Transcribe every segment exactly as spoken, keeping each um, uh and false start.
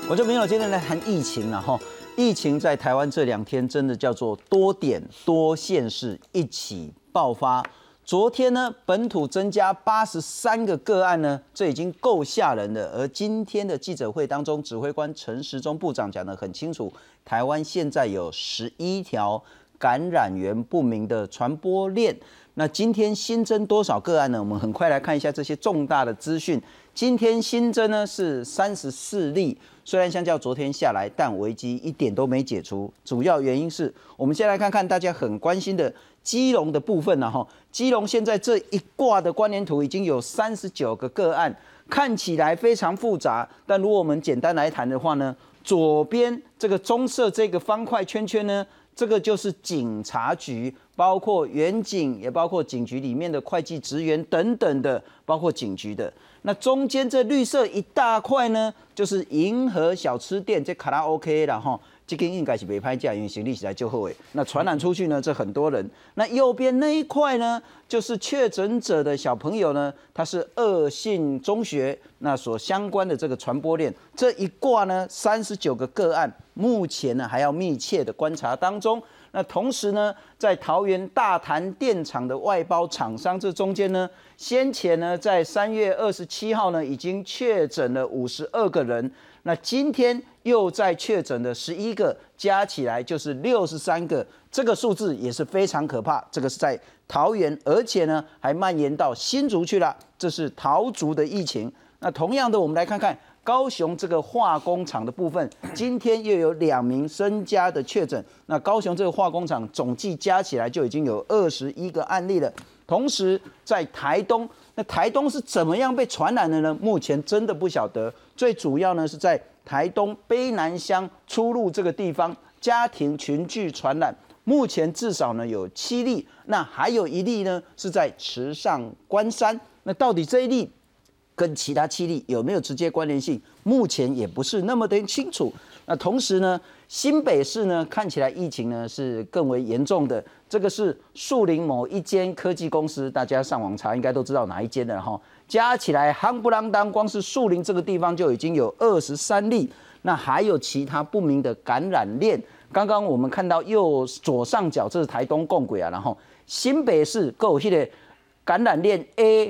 我就没有今天来谈疫情了哈。疫情在台湾这两天真的叫做多点多县市一起爆发。昨天呢，本土增加八十三个个案呢，这已经够吓人了。而今天的记者会当中，指挥官陈时中部长讲得很清楚，台湾现在有十一条感染源不明的传播链。那今天新增多少个案呢？我们很快来看一下这些重大的资讯。今天新增呢是三十四例，虽然相较昨天下来，但危机一点都没解除。主要原因是我们先来看看大家很关心的基隆的部分了哈。基隆现在这一挂的关联图已经有三十九个个案，看起来非常复杂。但如果我们简单来谈的话呢，左边这个棕色这个方块圈圈呢，这个就是警察局，包括员警，也包括警局里面的会计职员等等的，包括警局的。那中间这绿色一大块呢，就是银河小吃店，这卡拉 OK 啦哈，这间应该是没拍价，因为行李起来就后尾。那传染出去呢，这很多人。那右边那一块呢，就是确诊者的小朋友呢，他是恶性中学，那所相关的这个传播链，这一挂呢，三十九个个案，目前呢还要密切的观察当中。那同时呢，在桃园大潭电厂的外包厂商这中间呢，先前呢在三月二十七号呢已经确诊了五十二个人，那今天又再确诊了十一个，加起来就是六十三个，这个数字也是非常可怕。这个是在桃园，而且呢还蔓延到新竹去了，这是桃竹的疫情。那同样的，我们来看看高雄这个化工厂的部分，今天又有两名增加的确诊。那高雄这个化工厂总计加起来就已经有二十一个案例了。同时在台东，那台东是怎么样被传染的呢？目前真的不晓得。最主要呢是在台东卑南乡出入这个地方，家庭群聚传染。目前至少呢有七例，那还有一例呢是在池上关山。那到底这一例跟其他七例有没有直接关联性？目前也不是那么的清楚。那同时呢，新北市呢看起来疫情呢是更为严重的。这个是树林某一间科技公司，大家上网查应该都知道哪一间了哈。加起来夯不啷当，光是树林这个地方就已经有二十三例。那还有其他不明的感染链。刚刚我们看到右左上角，这是台东共轨啊，然后新北市够有那个感染链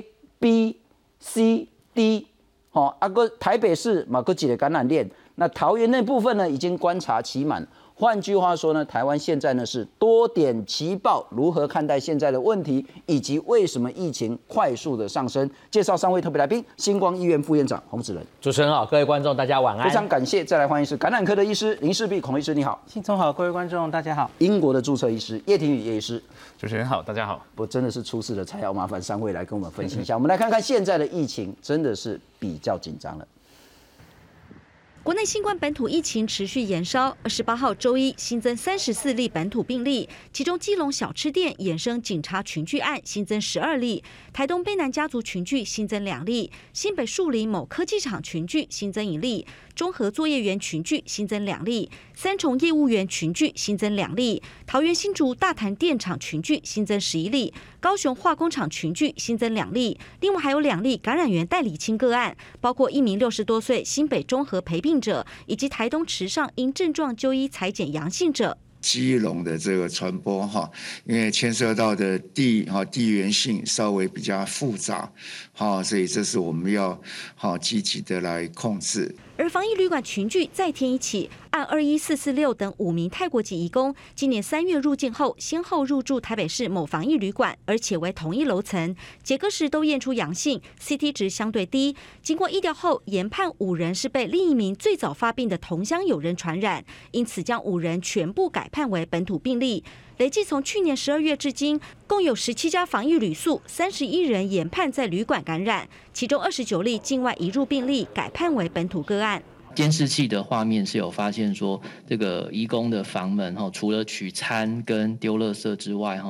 A、B、C。D 好，啊个台北市嘛个几个感染链，那桃园那部分呢已经观察期满。换句话说呢，台湾现在呢是多点齐爆，如何看待现在的问题，以及为什么疫情快速的上升？介绍三位特别来宾：星光医院副院长洪子仁。 主持人好，各位观众大家晚安。 非常感谢，再来欢迎是感染科的医师林世璧孔医师，你好。 信聪好，各位观众大家好。 英国的注册医师叶廷宇叶医师。 主持人好，大家好。 不，真的是出事了，才要麻烦三位来跟我们分析一下。我们来看看现在的疫情，真的是比较紧张了。 国内新冠本土疫情持续延烧，二十八号周一新增三十四例本土病例，其中基隆小吃店衍生警察群聚案新增十二例，台东卑南家族群聚新增两例，新北树林某科技厂群聚新增一例，中和作业员群聚新增两例，三重业务员群聚新增两例，桃园新竹大潭电厂群聚新增十一例，高雄化工厂群聚新增两例，另外还有两例感染源代理清个案，包括一名六十多岁新北中和陪病者，以及台东池上因症状就医采检阳性者。 基隆的这个传播哈，因为牵涉到的地哈地缘性稍微比较复杂，哈，所以这是我们要好积极的来控制。 而防疫旅馆群聚再添一起，按二一四四六等五名泰国籍移工，今年三月入境后，先后入住台北市某防疫旅馆，而且为同一楼层，解隔时都验出阳性 ，C T 值相对低。经过疫调后，研判五人是被另一名最早发病的同乡友人传染，因此将五人全部改判为本土病例。累计从去年十二月至今，共有十七家防疫旅宿，三十一人研判在旅馆感染，其中二十九例境外移入病例改判为本土个案。 监视器的画面是有发现说，这个移工的房门哈，除了取餐跟丢垃圾之外哈，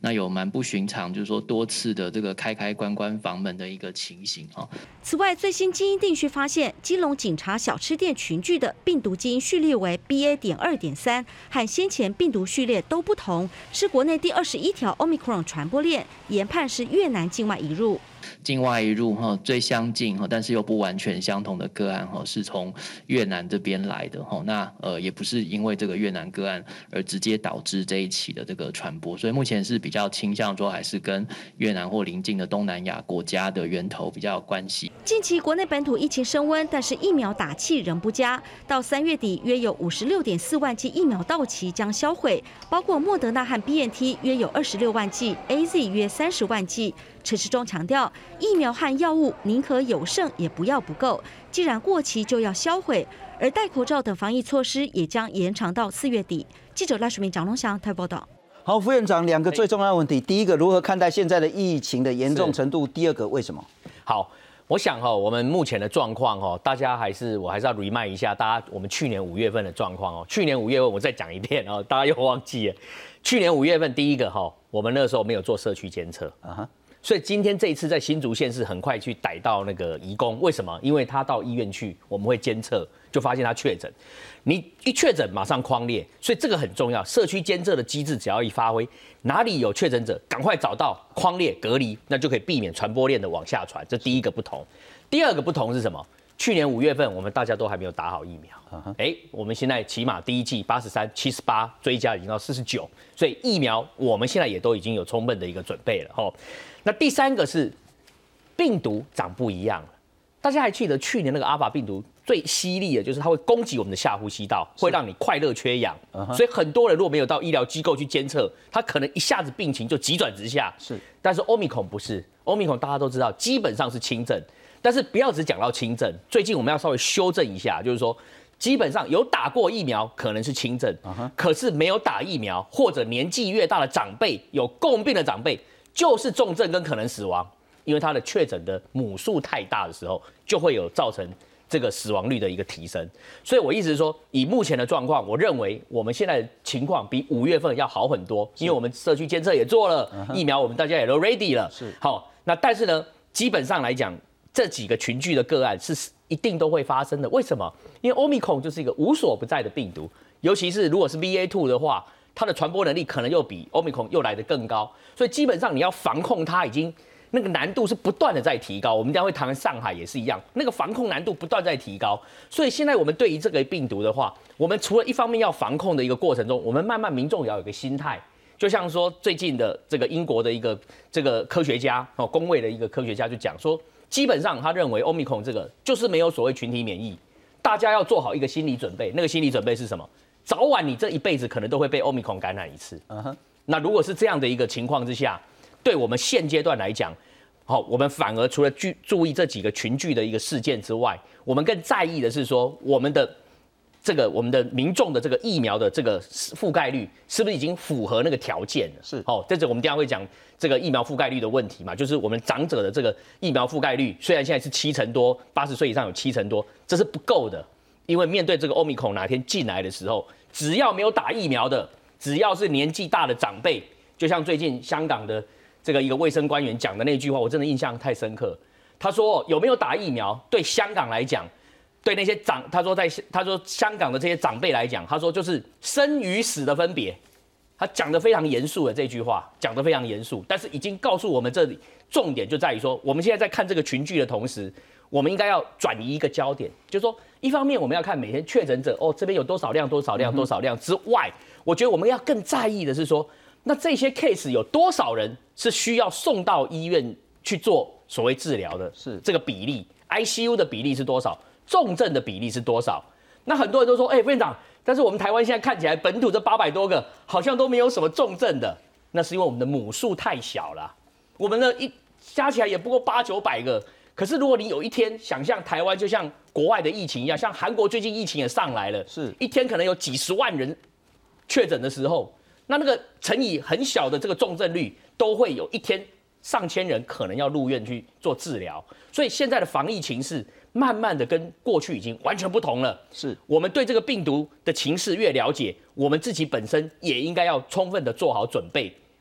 那有蛮不寻常，就是说多次的这个开开关关房门的一个情形哈。 此外，最新基因定序发现，基隆警察小吃店群聚的病毒基因序列为 B A 点二点三，和先前病毒序列都不同，是国内第二十一条 Omicron 传播链，研判是越南境外移入。 境外移入哈最相近哈，但是又不完全相同的个案哈，是从越南这边来的哈。那呃也不是因为这个越南个案而直接导致这一起的这个传播，所以目前是比较倾向说还是跟越南或邻近的东南亚国家的源头比较有关系。 近期国内本土疫情升温，但是疫苗打气仍不佳。到三月底，约有五十六点四万剂疫苗到期将销毁，包括莫德纳和 B N T 约有二十六万剂 ，A Z 约三十万剂。陈时中强调，疫苗和药物宁可有剩也不要不够，既然过期就要销毁。而戴口罩等防疫措施也将延长到四月底。记者赖淑明、蒋龙祥台报道。 好，副院长，两个最重要的问题，第一个，如何看待现在的疫情的严重程度？第二个，为什么？ 好，我想哈，我们目前的状况哈，大家还是我还是要 remind 一下大家，我们去年五月份的状况哦。去年五月份我再讲一遍哦，大家又忘记了。去年五月份第一个哈，我们那时候没有做社区监测啊哈。所以今天这一次在新竹县市很快去逮到那个移工，为什么？因为他到医院去，我们会监测，就发现他确诊。你一确诊马上匡列，所以这个很重要。社区监测的机制只要一发挥，哪里有确诊者，赶快找到匡列隔离，那就可以避免传播链的往下传。这第一个不同。第二个不同是什么？去年五月份我们大家都还没有打好疫苗，哎、uh huh. ，我们现在起码第一剂八十三、七十八，追加已经到四十九，所以疫苗我们现在也都已经有充分的一个准备了吼。那第三个是病毒长不一样了，大家还记得去年那个阿法病毒最犀利的就是它会攻击我们的下呼吸道，会让你快乐缺氧， uh-huh. 所以很多人如果没有到医疗机构去监测，他可能一下子病情就急转直下。是，但是 Omicron 不是 ，Omicron 大家都知道基本上是轻症。但是不要只讲到轻症，最近我们要稍微修正一下，就是说，基本上有打过疫苗可能是轻症， uh-huh. 可是没有打疫苗或者年纪越大的长辈，有共病的长辈，就是重症跟可能死亡，因为他的确诊的母数太大的时候，就会有造成这个死亡率的一个提升。所以我意思是说，以目前的状况，我认为我们现在的情况比五月份要好很多，因为我们社区监测也做了， uh-huh. 疫苗我们大家也都 ready 了。是，好，那但是呢，基本上来讲，这几个群聚的个案是一定都会发生的。为什么？因为 Omicron 就是一个无所不在的病毒，尤其是如果是 B A 二 的话，它的传播能力可能又比 Omicron 又来得更高，所以基本上你要防控它，已经那个难度是不断的在提高。我们将会谈上海也是一样，那个防控难度不断在提高。所以现在我们对于这个病毒的话，我们除了一方面要防控的一个过程中，我们慢慢民众也要有一个心态。就像说最近的这个英国的一个这个科学家哦，公卫的一个科学家就讲说，基本上他认为 Omicron 这个就是没有所谓群体免疫，大家要做好一个心理准备。那个心理准备是什么？早晚你这一辈子可能都会被 Omicron 感染一次。Uh-huh. 那如果是这样的一个情况之下，对我们现阶段来讲，好，我们反而除了注意这几个群聚的一个事件之外，我们更在意的是说，我们的这个我们的民众的这个疫苗的这个覆盖率是不是已经符合那个条件了？是，好，这是我们等一下会讲这个疫苗覆盖率的问题嘛，就是我们长者的这个疫苗覆盖率，虽然现在是七成多，八十岁以上有七成多，这是不够的，因为面对这个 Omicron 哪天进来的时候，只要没有打疫苗的，只要是年纪大的长辈，就像最近香港的这个一个卫生官员讲的那句话，我真的印象太深刻。他说有没有打疫苗，对香港来讲。对那些长，他说在他说香港的这些长辈来讲，他说就是生与死的分别，他讲得非常严肃的这句话，讲得非常严肃，但是已经告诉我们这里重点就在于说，我们现在在看这个群聚的同时，我们应该要转移一个焦点，就是说一方面我们要看每天确诊者哦这边有多少量多少量多少量之外，我觉得我们要更在意的是说，那这些 case 有多少人是需要送到医院去做所谓治疗的，是这个比例 ，I C U 的比例是多少？重症的比例是多少？那很多人都说，哎、欸，院长，但是我们台湾现在看起来本土这八百多个，好像都没有什么重症的，那是因为我们的母数太小了，我们的一加起来也不过八九百个。可是如果你有一天想象台湾就像国外的疫情一样，像韩国最近疫情也上来了，是一天可能有几十万人确诊的时候，那那个乘以很小的这个重症率，都会有一天上千人可能要入院去做治疗。所以现在的防疫情势慢慢的跟过去已经完全不同了。是我们对这个病毒的情势越了解，我们自己本身也应该要充分的做好准备。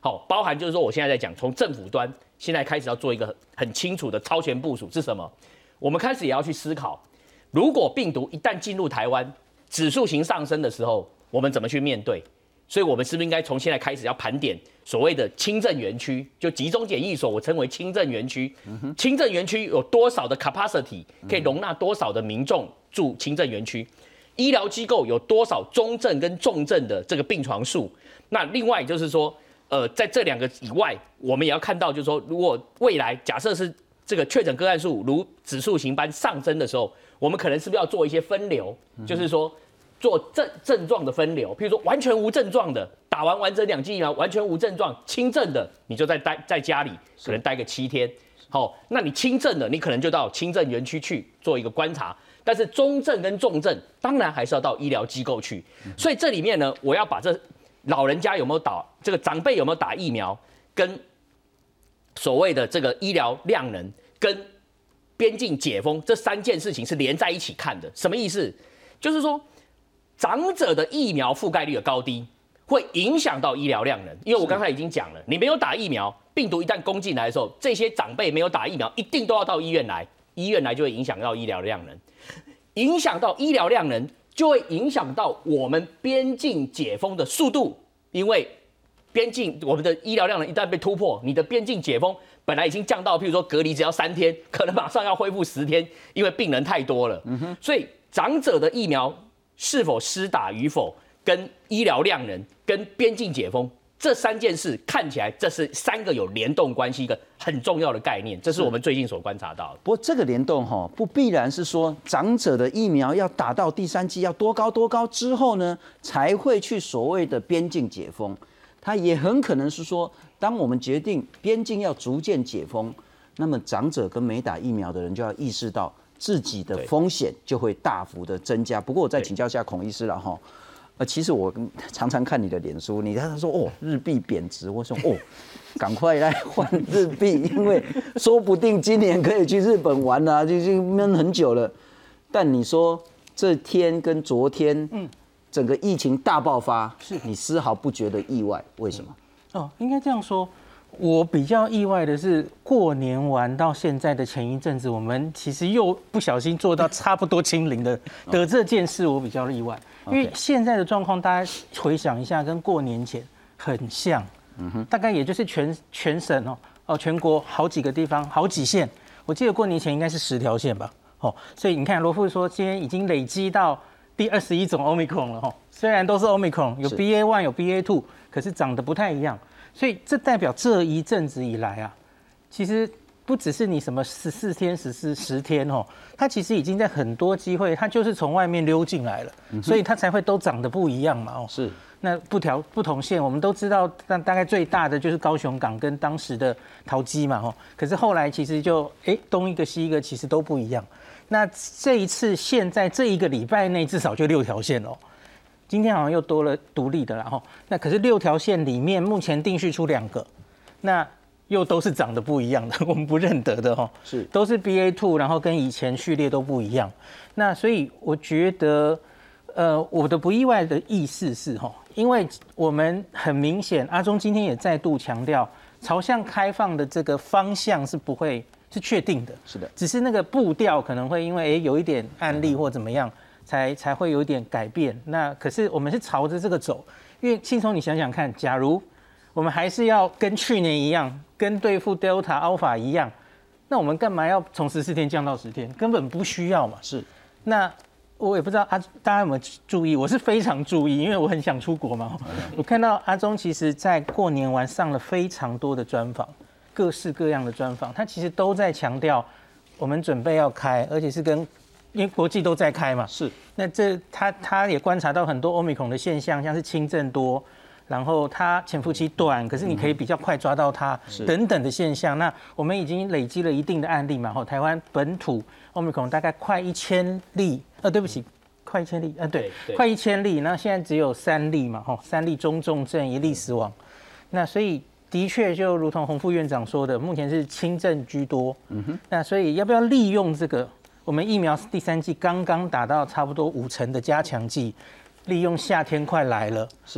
好，包含就是说我现在在讲，从政府端现在开始要做一个很清楚的超前部署是什么？我们开始也要去思考，如果病毒一旦进入台湾，指数型上升的时候，我们怎么去面对？所以，我们是不是应该从现在开始要盘点所谓的轻症园区，就集中检疫所，我称为轻症园区。嗯、轻症园区有多少的 capacity 可以容纳多少的民众住轻症园区？医疗机构有多少中症跟重症的这个病床数？那另外就是说，呃，在这两个以外，我们也要看到，就是说，如果未来假设是这个确诊个案数如指数型般上升的时候，我们可能是不是要做一些分流？嗯、就是说。做症症状的分流，譬如说完全无症状的，打完完整两剂疫苗完全无症状，轻症的你就在待在家里，可能待个七天。好、哦，那你轻症的，你可能就到轻症园区去做一个观察。但是中症跟重症，当然还是要到医疗机构去。所以这里面呢，我要把这老人家有没有打，这个长辈有没有打疫苗，跟所谓的这个医疗量能跟边境解封这三件事情是连在一起看的。什么意思？就是说。长者的疫苗覆盖率的高低，会影响到医疗量能。因为我刚才已经讲了，你没有打疫苗，病毒一旦攻进来的时候，这些长辈没有打疫苗，一定都要到医院来，医院来就会影响到医疗量能，影响到医疗量能，就会影响到我们边境解封的速度。因为边境我们的医疗量能一旦被突破，你的边境解封本来已经降到，譬如说隔离只要三天，可能马上要恢复十天，因为病人太多了。嗯、所以长者的疫苗。是否施打与否，跟医疗量能、跟边境解封这三件事，看起来这是三个有联动关系，一个很重要的概念，这是我们最近所观察到的。 不过这个联动哈，不必然是说长者的疫苗要打到第三剂要多高多高之后呢，才会去所谓的边境解封。它也很可能是说，当我们决定边境要逐渐解封，那么长者跟没打疫苗的人就要意识到。自己的风险就会大幅的增加。不过我再请教一下孔医师了哈，呃，其实我常常看你的脸书，你他说哦日币贬值，我说哦，赶快来换日币，因为说不定今年可以去日本玩啦、啊，就已经闷很久了。但你说这天跟昨天，嗯，整个疫情大爆发，是你丝毫不觉得意外，为什么？ 哦，应该这样说。我比较意外的是，过年完到现在的前一阵子，我们其实又不小心做到差不多清零的的这件事，我比较意外。因为现在的状况，大家回想一下，跟过年前很像，大概也就是全全省哦哦全国好几个地方好几县，我记得过年前应该是十条线吧，哦，所以你看罗副说今天已经累积到第二十一种 Omicron 了哈，虽然都是 Omicron， 有 B A 一 有 B A 二， 可是长得不太一样。所以这代表这一阵子以来啊，其实不只是你什么十四天、十四十天哦，它其实已经在很多机会，它就是从外面溜进来了，所以它才会都长得不一样嘛哦。 是。 那不条不同线，我们都知道，但大概最大的就是高雄港跟当时的桃机嘛哦。可是后来其实就哎东一个西一个，其实都不一样。那这一次现在这一个礼拜内至少就六条线哦。今天好像又多了独立的啦吼，那可是六条线里面目前定序出两个，那又都是长得不一样的，我们不认得的吼， 是都是 B A 二， 然后跟以前序列都不一样。那所以我觉得，呃，我的不意外的意思是吼，因为我们很明显，阿中今天也再度强调，朝向开放的这个方向是不会是确定的， 是的， 只是那个步调可能会因为哎有一点案例或怎么样。才才会有点改变。那可是我们是朝着这个走，因为信聪，你想想看，假如我们还是要跟去年一样，跟对付 Delta、Alpha 一样，那我们干嘛要从十四天降到十天？根本不需要嘛。 是。 那我也不知道阿大家有没有注意，我是非常注意，因为我很想出国嘛。我看到阿中其实在过年完上了非常多的专访，各式各样的专访，他其实都在强调我们准备要开，而且是跟。因为国际都在开嘛， 是。 那这他他也观察到很多 Omicron 的现象，像是轻症多，然后它潜伏期短，可是你可以比较快抓到它，等等的现象。那我们已经累积了一定的案例嘛，吼，台湾本土 Omicron 大概快一千例，呃，对不起，快一千例，呃，对，快一千例。那现在只有三例嘛，吼，三例中重症，一例死亡。那所以的确就如同洪副院长说的，目前是轻症居多。嗯哼。那所以要不要利用这个？我们疫苗第三剂刚刚打到差不多五成的加强剂，利用夏天快来了， 是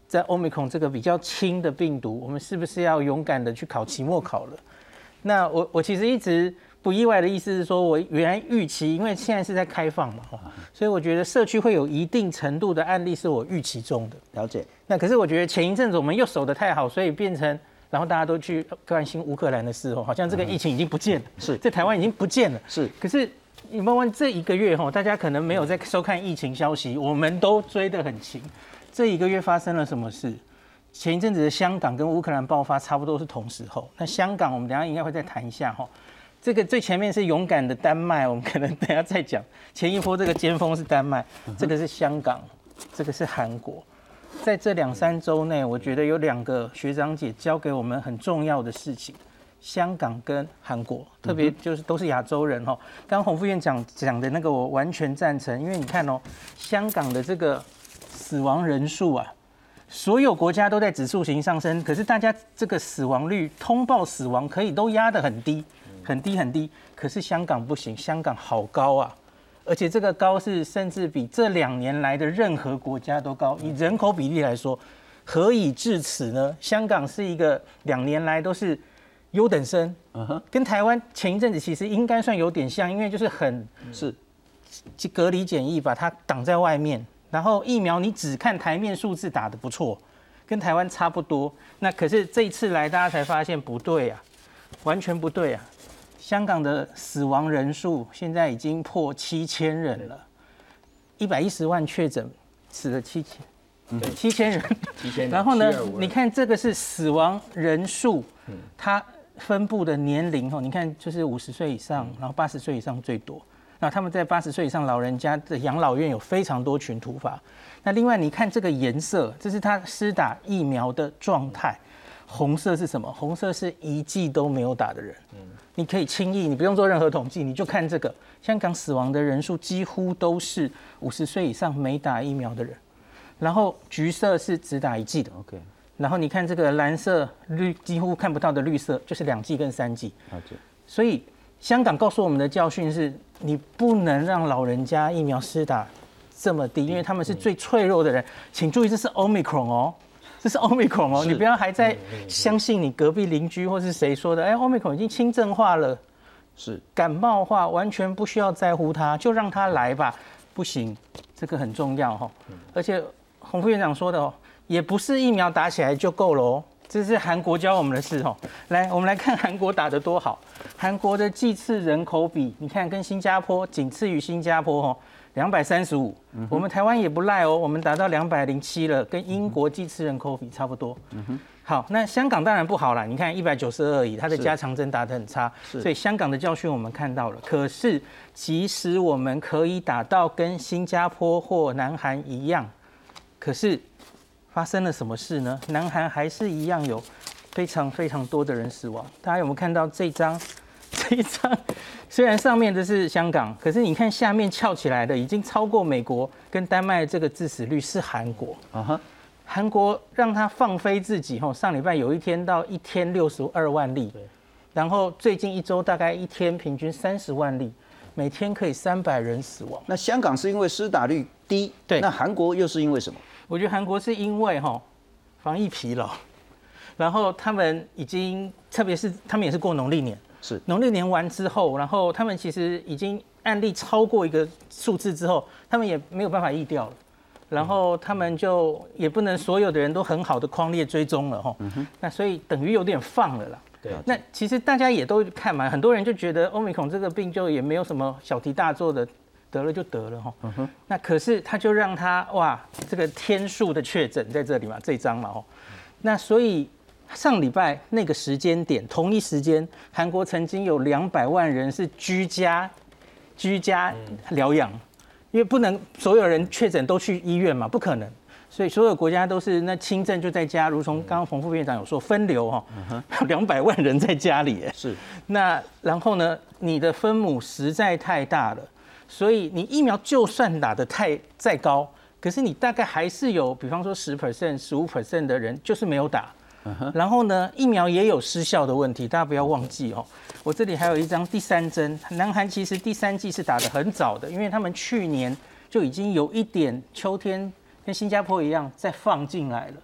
在 Omicron 这个比较轻的病毒，我们是不是要勇敢的去考期末考了？那我我其实一直不意外的意思是说，我原来预期，因为现在是在开放嘛，所以我觉得社区会有一定程度的案例是我预期中的。 了解。 那可是我觉得前一阵子我们又守得太好，所以变成，然后大家都去关心乌克兰的事哦，好像这个疫情已经不见了， 是在台湾已经不见了。 是。 可是你问问这一个月哈，大家可能没有在收看疫情消息，我们都追得很勤。这一个月发生了什么事？前一阵子的香港跟乌克兰爆发差不多是同时候。那香港我们等一下应该会再谈一下哈。这个最前面是勇敢的丹麦，我们可能等一下再讲。前一波这个尖峰是丹麦，这个是香港，这个是韩国。在这两三周内，我觉得有两个学长姐教给我们很重要的事情。香港跟韩国，特别就是都是亚洲人哈。刚刚洪副院长讲的那个，我完全赞成，因为你看哦，香港的这个死亡人数啊，所有国家都在指数型上升，可是大家这个死亡率、通报死亡可以都压得很低，很低很低。可是香港不行，香港好高啊，而且这个高是甚至比这两年来的任何国家都高。以人口比例来说，何以至此呢？香港是一个两年来都是优等生，跟台湾前一阵子其实应该算有点像，因为就是很是隔离检疫把它挡在外面。然后疫苗你只看台面数字打得不错，跟台湾差不多。那可是这一次来，大家才发现不对啊，完全不对啊！香港的死亡人数现在已经破七千人了，一百一十万确诊，死了七千，对，七千人。 七千人。 然后呢，你看这个是死亡人数，它分布的年龄哦，你看就是五十岁以上，然后八十岁以上最多。那他们在八十岁以上老人家的养老院有非常多群突发。那另外你看这个颜色，这是他施打疫苗的状态。红色是什么？红色是一剂都没有打的人。你可以轻易，你不用做任何统计，你就看这个，香港死亡的人数几乎都是五十岁以上没打疫苗的人。然后橘色是只打一剂的。OK。然后你看这个蓝色、绿几乎看不到的绿色，就是两剂跟三剂。所以香港告诉我们的教训是，你不能让老人家疫苗施打这么低，因为他们是最脆弱的人。请注意，这是 Omicron 哦，这是 Omicron 哦，你不要还在相信你隔壁邻居或是谁说的，哎 ，Omicron 已经轻症化了，是感冒化，完全不需要在乎它，就让它来吧。不行，这个很重要哈。而且洪副院长说的哦，也不是疫苗打起来就够了哦。这是韩国教我们的事哦。来，我们来看韩国打得多好。韩国的剂次人口比，你看跟新加坡仅次于新加坡哦，两百三十五。我们台湾也不赖哦，我们达到两百零七了，跟英国剂次人口比差不多。好，那香港当然不好啦，你看一百九十二而已，它的加强针打得很差，所以香港的教训我们看到了。可是即使我们可以打到跟新加坡或南韩一样，可是发生了什么事呢？南韩还是一样有非常非常多的人死亡。大家有没有看到这张？这一张虽然上面的是香港，可是你看下面翘起来的已经超过美国跟丹麦这个致死率是韩国。啊哈，韩国让它放飞自己吼，上礼拜有一天到一天六十二万例，然后最近一周大概一天平均三十万例，每天可以三百人死亡。 那香港是因为施打率低， 对， 那韩国又是因为什么？ 我觉得韩国是因为哈防疫疲劳，然后他们已经，特别是他们也是过农历年， 是农历年完之后，然后他们其实已经案例超过一个数字之后，他们也没有办法疫调了，然后他们就也不能所有的人都很好的匡列追踪了哈，嗯、那所以等于有点放了啦。对，那其实大家也都看嘛，很多人就觉得欧米孔这个病就也没有什么小题大做的。得了就得了哈，嗯、那可是他就让他哇，这个天数的确诊在这里嘛，这一张嘛哦，那所以上礼拜那个时间点，同一时间，韩国曾经有两百万人是居家居家疗养，因为不能所有人确诊都去医院嘛，不可能，所以所有国家都是那轻症就在家，如同刚刚冯副院长有说分流哈，两百万人在家里是，那然后呢，你的分母实在太大了。所以你疫苗就算打得太再高，可是你大概还是有，比方说十 percent、十五 percent 的人就是没有打。Uh-huh. 然后呢，疫苗也有失效的问题，大家不要忘记哦。我这里还有一张第三针，南韩其实第三剂是打得很早的，因为他们去年就已经有一点秋天跟新加坡一样再放进来了。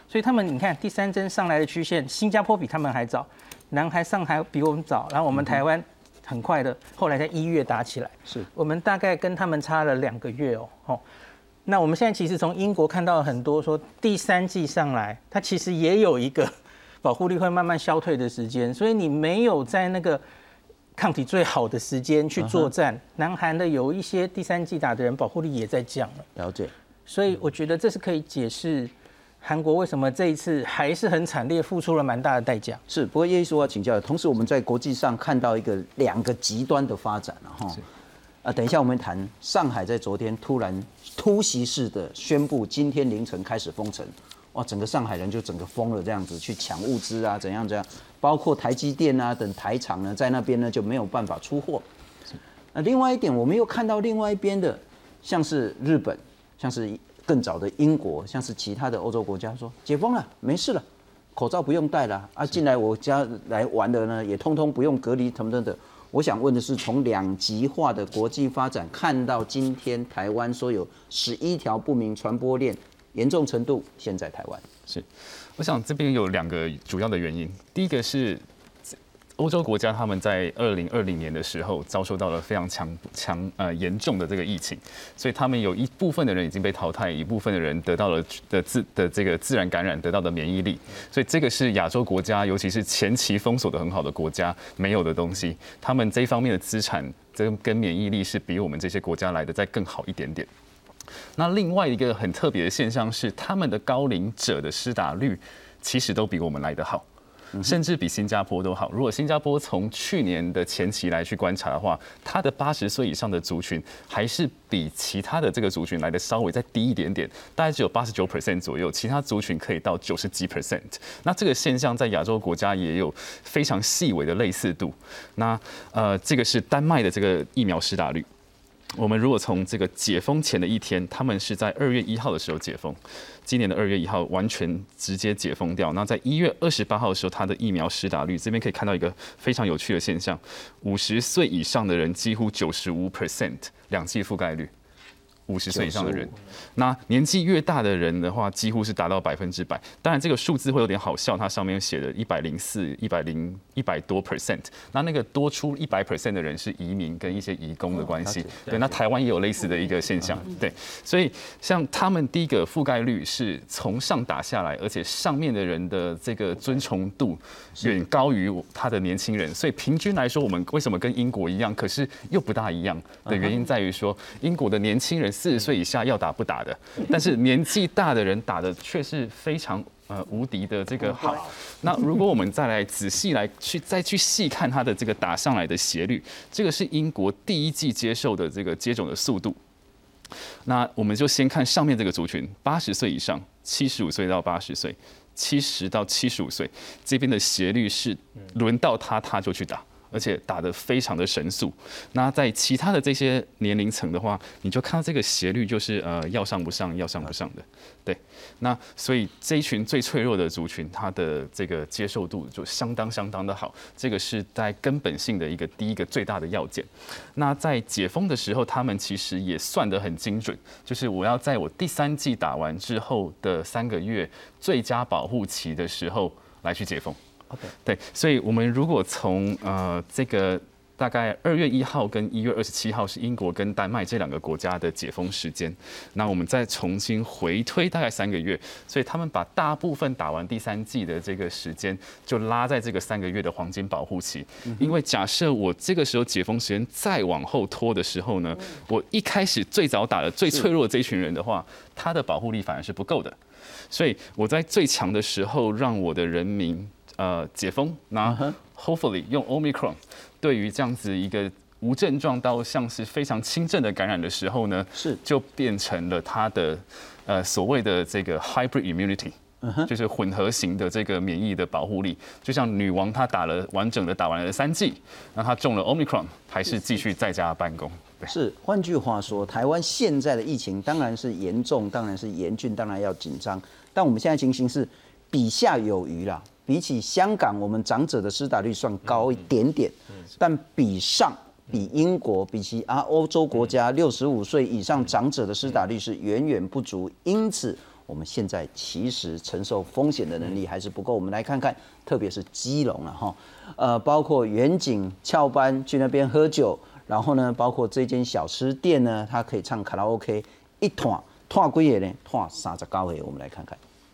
所以他们你看第三针上来的曲线，新加坡比他们还早，南韩、上海比我们早，然后我们台湾很快的，后来在一月打起来， 是我们大概跟他们差了两个月哦。哦，那我们现在其实从英国看到很多说第三季上来，它其实也有一个保护力会慢慢消退的时间，所以你没有在那个抗体最好的时间去作战。Uh-huh. 南韩的有一些第三季打的人保护力也在降了， 了解。 所以我觉得这是可以解释韩国为什么这一次还是很惨烈，付出了蛮大的代价。 是，不过叶医师我要请教，同时我们在国际上看到一个两个极端的发展了哈。啊，等一下我们谈上海在昨天突然突袭式的宣布，今天凌晨开始封城。哇，整个上海人就整个疯了，这样子去抢物资啊，怎样怎样，包括台积电啊等台厂呢，在那边呢就没有办法出货。那另外一点，我们又看到另外一边的，像是日本，像是更早的英国，像是其他的欧洲国家说解封了，没事了，口罩不用戴了啊，进来我家来玩的呢也通通不用隔离等等的。我想问的是，从两极化的国际发展看到今天台湾说有十一条不明传播链。严重程度现在台湾是，我想这边有两个主要的原因。第一个是欧洲国家他们在二零二零年的时候遭受到了非常强强呃严重的这个疫情，所以他们有一部分的人已经被淘汰，一部分的人得到了的自的这个自然感染得到的免疫力，所以这个是亚洲国家，尤其是前期封锁的很好的国家没有的东西。他们这一方面的资产跟跟免疫力是比我们这些国家来的再更好一点点。那另外一个很特别的现象是，他们的高龄者的施打率其实都比我们来得好，甚至比新加坡都好。如果新加坡从去年的前期来去观察的话，它的八十岁以上的族群还是比其他的这个族群来的稍微再低一点点，大概只有八十九 percent 左右，其他族群可以到九十几 percent。那这个现象在亚洲国家也有非常细微的类似度。那呃，这个是丹麦的这个疫苗施打率。我们如果从这个解封前的一天，他们是在二月一号的时候解封，今年的二月一号完全直接解封掉。那在一月二十八号的时候，它的疫苗施打率这边可以看到一个非常有趣的现象：五十岁以上的人几乎九十五 percent 两剂覆盖率。五十岁以上的人，那年纪越大的人的话，几乎是达到百分之百。当然，这个数字会有点好笑，它上面写了一百零四、一百零一百多 percent。那那个多出一百 percent 的人是移民跟一些移工的关系。对，那台湾也有类似的一个现象。对，所以像他们第一个覆盖率是从上打下来，而且上面的人的这个遵从度远高于他的年轻人。所以平均来说，我们为什么跟英国一样，可是又不大一样的原因在于说，英国的年轻人四十岁以下要打不打的，但是年纪大的人打的却是非常呃无敌的这个好。那如果我们再来仔细来去再去细看它的这个打上来的斜率，这个是英国第一季接受的这个接种的速度。那我们就先看上面这个族群，八十岁以上，七十五岁到八十岁，七十到七十五岁，这边的斜率是轮到他他就去打。而且打得非常的神速。那在其他的这些年龄层的话，你就看到这个斜率就是呃要上不上，要上不上的。对，那所以这一群最脆弱的族群，它的这个接受度就相当相当的好。这个是在根本性的一个第一个最大的要件。那在解封的时候，他们其实也算得很精准，就是我要在我第三剂打完之后的三个月最佳保护期的时候来去解封。 Okay. 对，所以我们如果从呃这个大概二月一号跟一月二十七号是英国跟丹麦这两个国家的解封时间，那我们再重新回推大概三个月，所以他们把大部分打完第三剂的这个时间就拉在这个三个月的黄金保护期。因为假设我这个时候解封时间再往后拖的时候呢，我一开始最早打的最脆弱的这一群人的话，他的保护力反而是不够的。所以我在最强的时候让我的人民呃，解封，那 hopefully 用 Omicron 对于这样子一个无症状到像是非常轻症的感染的时候呢， 是就变成了它的呃所谓的这个 hybrid immunity， 就是混合型的这个免疫的保护力。就像女王她打了完整的打完了三剂，那她中了 Omicron 还是继续在家办公。 是，换句话说，台湾现在的疫情当然是严重，当然是严峻，当然要紧张。但我们现在情形是比下有余啦。比起香港，我们长者的施打率算高一点点，但比上、比英国、比其他欧洲国家六十五岁以上长者的施打率是远远不足。因此， 我们现在其实承受风险的能力还是不够。我们来看看，特别是基隆了哈，呃，包括远景翘班去那边喝酒，然后呢，包括这间小吃店呢，它可以唱卡拉 OK， 一团团几个呢？团三十九个，我们来看看。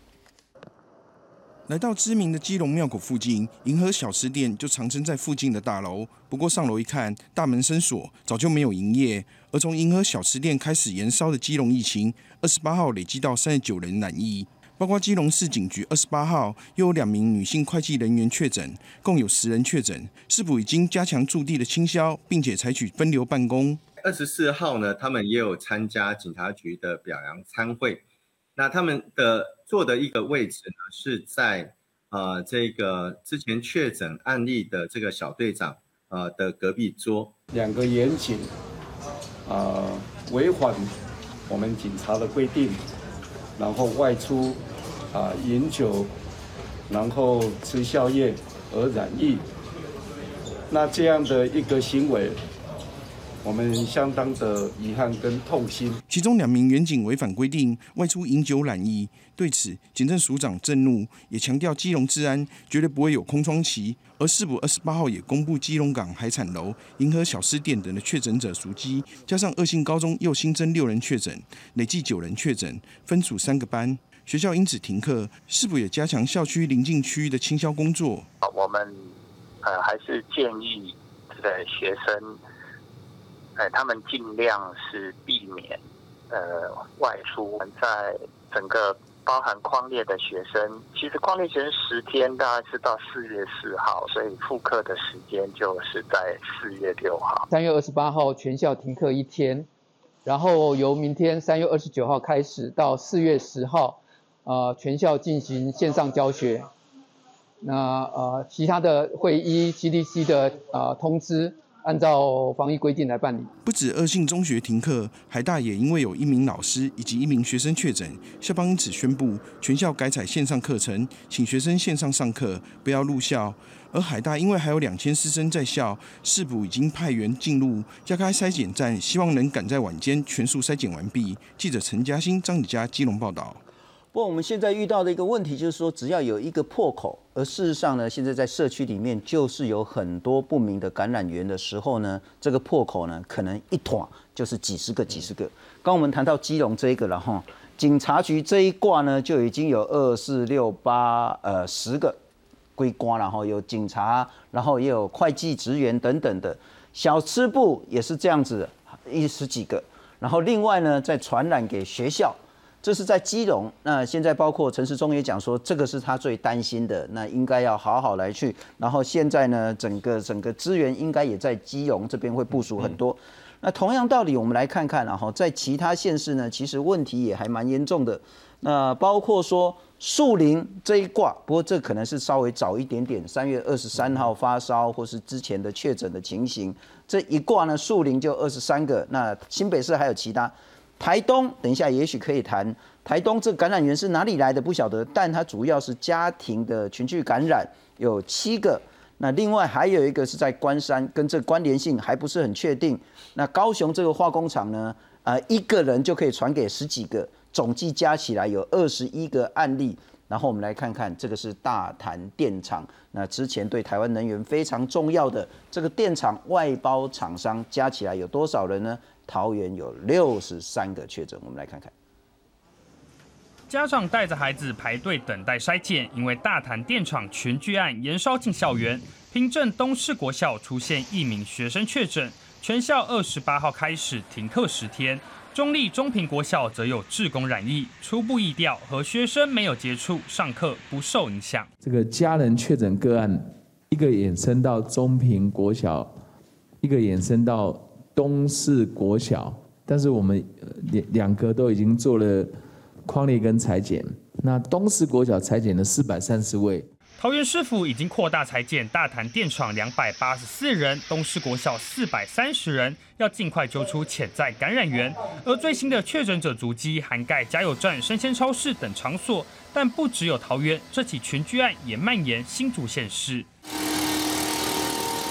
来到知名的基隆庙口附近，银河小吃店就藏身在附近的大楼。不过上楼一看，大门深锁，早就没有营业。而从银河小吃店开始延烧的基隆疫情，二十八号累积到三十九人染疫，包括基隆市警局二十八号又有两名女性会计人员确诊，共有十人确诊。市府已经加强驻地的清消，并且采取分流办公。 二十四号呢，他们也有参加警察局的表扬参会。那他们的坐的一个位置呢，是在呃这个之前确诊案例的这个小队长呃的隔壁桌。 两个严警，呃违反我们警察的规定，然后外出啊、呃、饮酒，然后吃宵夜而染疫。那这样的一个行为，我们相当的遗憾跟痛心。 其中两名员警违反规定外出饮酒染疫，对此警政署长震怒，也强调基隆治安绝对不会有空窗期。而市府二十八号也公布基隆港海产楼、银河小吃店等的确诊者足迹，加上二信高中又新增六人确诊，累计九人确诊，分组三个班，学校因此停课。市府也加强校区邻近区域的清消工作。 我们呃还是建议这个学生。呃，他们尽量是避免呃外出。在整个包含匡列的学生，其实匡列学生十天大概是到四月四号，所以复课的时间就是在四月六号。 三月二十八号全校停课一天，然后由明天三月二十九号开始到四月十号，呃，全校进行线上教学。那呃，其他的会依 C D C 的呃通知。按照防疫规定来办理。 不止二信中学停课，海大也因为有一名老师以及一名学生确诊，校方因此宣布全校改采线上课程，请学生线上上课，不要入校。而海大因为还有两千师生在校，市府已经派员进入，加开筛检站，希望能赶在晚间全数筛检完毕。记者陈嘉欣、张子佳基隆报道。 不过我们现在遇到的一个问题就是说，只要有一个破口，而事实上呢，现在在社区里面就是有很多不明的感染源的时候呢，这个破口呢可能一团就是几十个、几十个。刚我们谈到基隆这一个了哈，警察局这一挂呢就已经有二四六八呃十个归瓜，然后有警察，然后也有会计职员等等的，小吃部也是这样子，一十几个，然后另外呢再传染给学校。这是在基隆，那现在包括陈时中也讲说，这个是他最担心的，那应该要好好来去。然后现在呢，整个整个资源应该也在基隆这边会部署很多。嗯、那同样道理，我们来看看，然后在其他县市呢，其实问题也还蛮严重的。那包括说树林这一挂，不过这可能是稍微早一点点，三月二十三号发烧或是之前的确诊的情形，这一挂呢，树林就二十三个。那新北市还有其他。台东等一下也许可以谈，台东这感染源是哪里来的不晓得，但它主要是家庭的群聚感染，有七个。那另外还有一个是在关山，跟这关联性还不是很确定。那高雄这个化工厂呢，呃，一个人就可以传给十几个，总计加起来有二十一个案例。然后我们来看看，这个是大潭电厂，那之前对台湾能源非常重要的这个电厂外包厂商加起来有多少人呢？桃园有六十三个确诊，我们来看看。 家长带着孩子排队等待筛检，因为大潭电厂群聚案延烧进校园，平镇东势国小出现一名学生确诊，全校二十八号开始停课十天。中立中平国小则有志工染疫，初步疫调和学生没有接触，上课不受影响。 这个家人确诊个案，一个衍生到中平国小，一个衍生到东势国小，但是我们两两个都已经做了匡列跟采检。那东势国小采检了四百三十位。 桃园市府已经扩大采检，大潭电厂两百八十四人，东势国小四百三十人，要尽快揪出潜在感染源。而最新的确诊者足迹涵盖加油站、生鲜超市等场所，但不只有桃园，这起群聚案也蔓延新竹县市。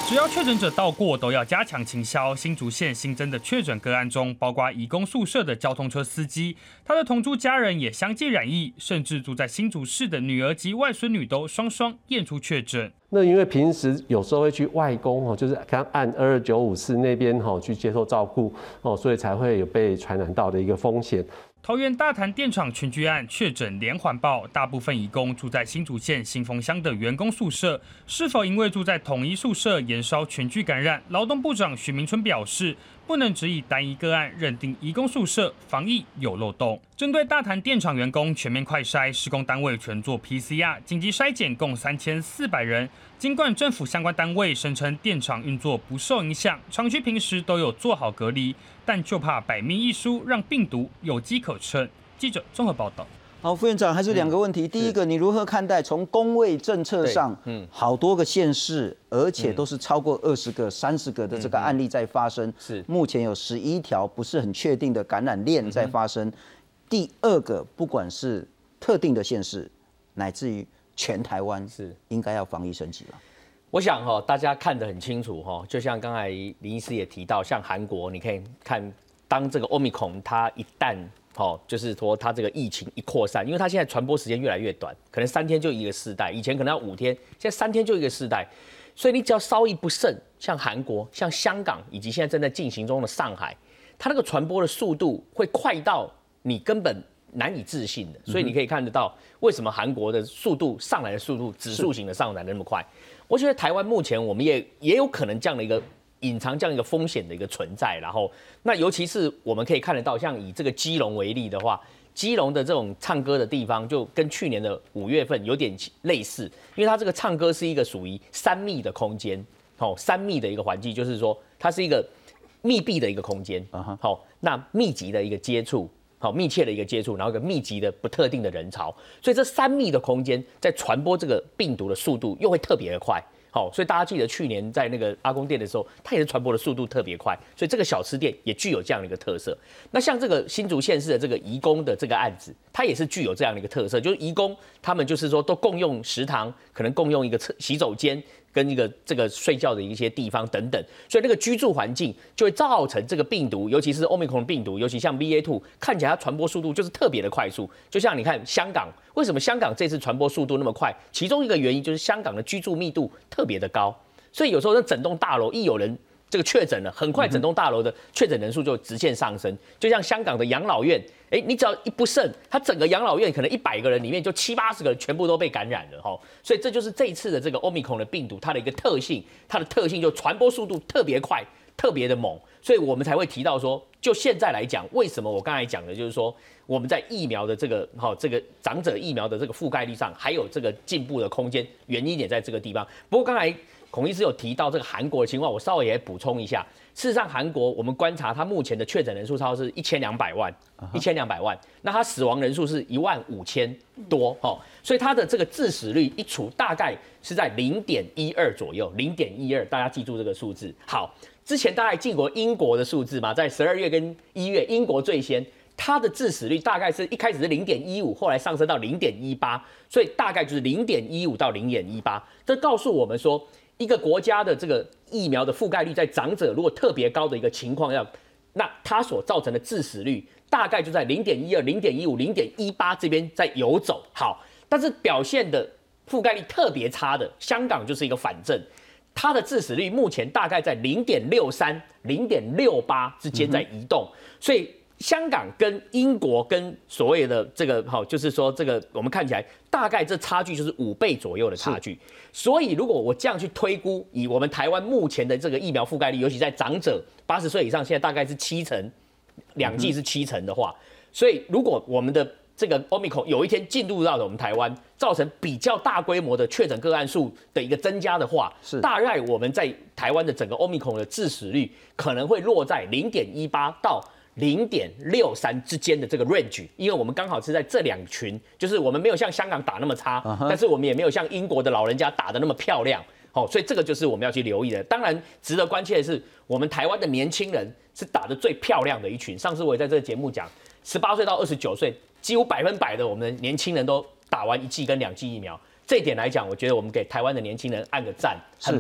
只要确诊者到过，都要加强清消。新竹县新增的确诊个案中，包括移工宿舍的交通车司机，他的同住家人也相继染疫，甚至住在新竹市的女儿及外孙女都双双验出确诊。 那因为平时有时候会去外公哦，就是刚按二二九五四那边哈去接受照顾哦，所以才会有被传染到的一个风险。 桃园大潭电厂群聚案确诊连环爆，大部分移工住在新竹县新丰乡的员工宿舍，是否因为住在同一宿舍延烧群聚感染？劳动部长许明春表示，不能只以单一个案认定移工宿舍防疫有漏洞。针对大潭电厂员工全面快筛，施工单位全做 P C R 紧急筛检，共三千四百人。尽管政府相关单位声称电厂运作不受影响，厂区平时都有做好隔离，但就怕百密一疏，让病毒有机可乘。记者综合报道。 好，副院长还是两个问题。嗯、第一个，你如何看待从公卫政策上，嗯，好多个县市，而且都是超过二十个、三十个的这个案例在发生。是，目前有十一条不是很确定的感染链在发生。嗯、第二个，不管是特定的县市，乃至于全台湾，是应该要防疫升级了。 我想哈，大家看得很清楚哈，就像刚才林医师也提到，像韩国，你可以看，当这个 Omicron 它一旦哦，就是说它这个疫情一扩散，因为它现在传播时间越来越短，可能三天就一个世代，以前可能要五天，现在三天就一个世代，所以你只要稍一不慎，像韩国、像香港以及现在正在进行中的上海，它那个传播的速度会快到你根本难以置信的，所以你可以看得到为什么韩国的速度上来的速度指数型的上来的那么快。我觉得台湾目前我们也也有可能这样的一个隐藏这样一个风险的一个存在，然后那尤其是我们可以看得到，像以这个基隆为例的话，基隆的这种唱歌的地方就跟去年的五月份有点类似，因为它这个唱歌是一个属于三密的空间，好，三密的一个环境，就是说它是一个密闭的一个空间，好，那密集的一个接触。好，密切的一个接触，然后一个密集的不特定的人潮，所以这三密的空间在传播这个病毒的速度又会特别的快。好，所以大家记得去年在那个阿公店的时候，它也是传播的速度特别快，所以这个小吃店也具有这样的一个特色。那像这个新竹县市的这个移工的这个案子，它也是具有这样的一个特色，就是移工他们就是说都共用食堂，可能共用一个厕洗手间。跟一个这个睡觉的一些地方等等，所以那个居住环境就会造成这个病毒，尤其是 Omicron 病毒，尤其像 B A 二，看起来它传播速度就是特别的快速。就像你看香港，为什么香港这次传播速度那么快？其中一个原因就是香港的居住密度特别的高，所以有时候那整栋大楼一有人这个确诊了，很快整栋大楼的确诊人数就直线上升。就像香港的养老院。哎，你只要一不慎，它整个养老院可能一百个人里面就七八十个人全部都被感染了哈，所以这就是这一次的这个 Omicron 的病毒它的一个特性，它的特性就传播速度特别快，特别的猛，所以我们才会提到说，就现在来讲，为什么我刚才讲的就是说，我们在疫苗的这个哈这个长者疫苗的这个覆盖率上还有这个进步的空间，原因点在这个地方。不过刚才孔医师有提到这个韩国的情况，我稍微也补充一下。事实上，韩国我们观察，它目前的确诊人数超是一千两百万，一千两百万。那它死亡人数是一万五千多，哦，所以它的这个致死率一除，大概是在零点一二左右，零点一二，大家记住这个数字。好，之前大概记过英国的数字嘛，在十二月跟一月，英国最先，它的致死率大概是一开始是零点一五，后来上升到零点一八，所以大概就是零点一五到零点一八。这告诉我们说，一个国家的这个疫苗的覆盖率在长者如果特别高的一个情况下，那它所造成的致死率大概就在零点一二、零点一五、零点一八这边在游走。好，但是表现的覆盖率特别差的香港就是一个反正，它的致死率目前大概在零点六三、零点六八之间在移动，嗯、所以。香港跟英国跟所谓的这个好，就是说这个我们看起来大概这差距就是五倍左右的差距。所以如果我这样去推估，以我们台湾目前的这个疫苗覆盖率，尤其在长者八十岁以上，现在大概是七成，两剂是七成的话，所以如果我们的这个 Omicron 有一天进入到了我们台湾，造成比较大规模的确诊个案数的一个增加的话，是大概我们在台湾的整个 Omicron 的致死率可能会落在零点一八到零点六三之间的这个 range， 因为我们刚好是在这两群，就是我们没有像香港打那么差， uh-huh. 但是我们也没有像英国的老人家打得那么漂亮，好，所以这个就是我们要去留意的。当然，值得关切的是，我们台湾的年轻人是打得最漂亮的一群。上次我也在这个节目讲，十八岁到二十九岁，几乎百分百的我们的年轻人都打完一剂跟两剂疫苗。这一点来讲，我觉得我们给台湾的年轻人按个赞，很棒。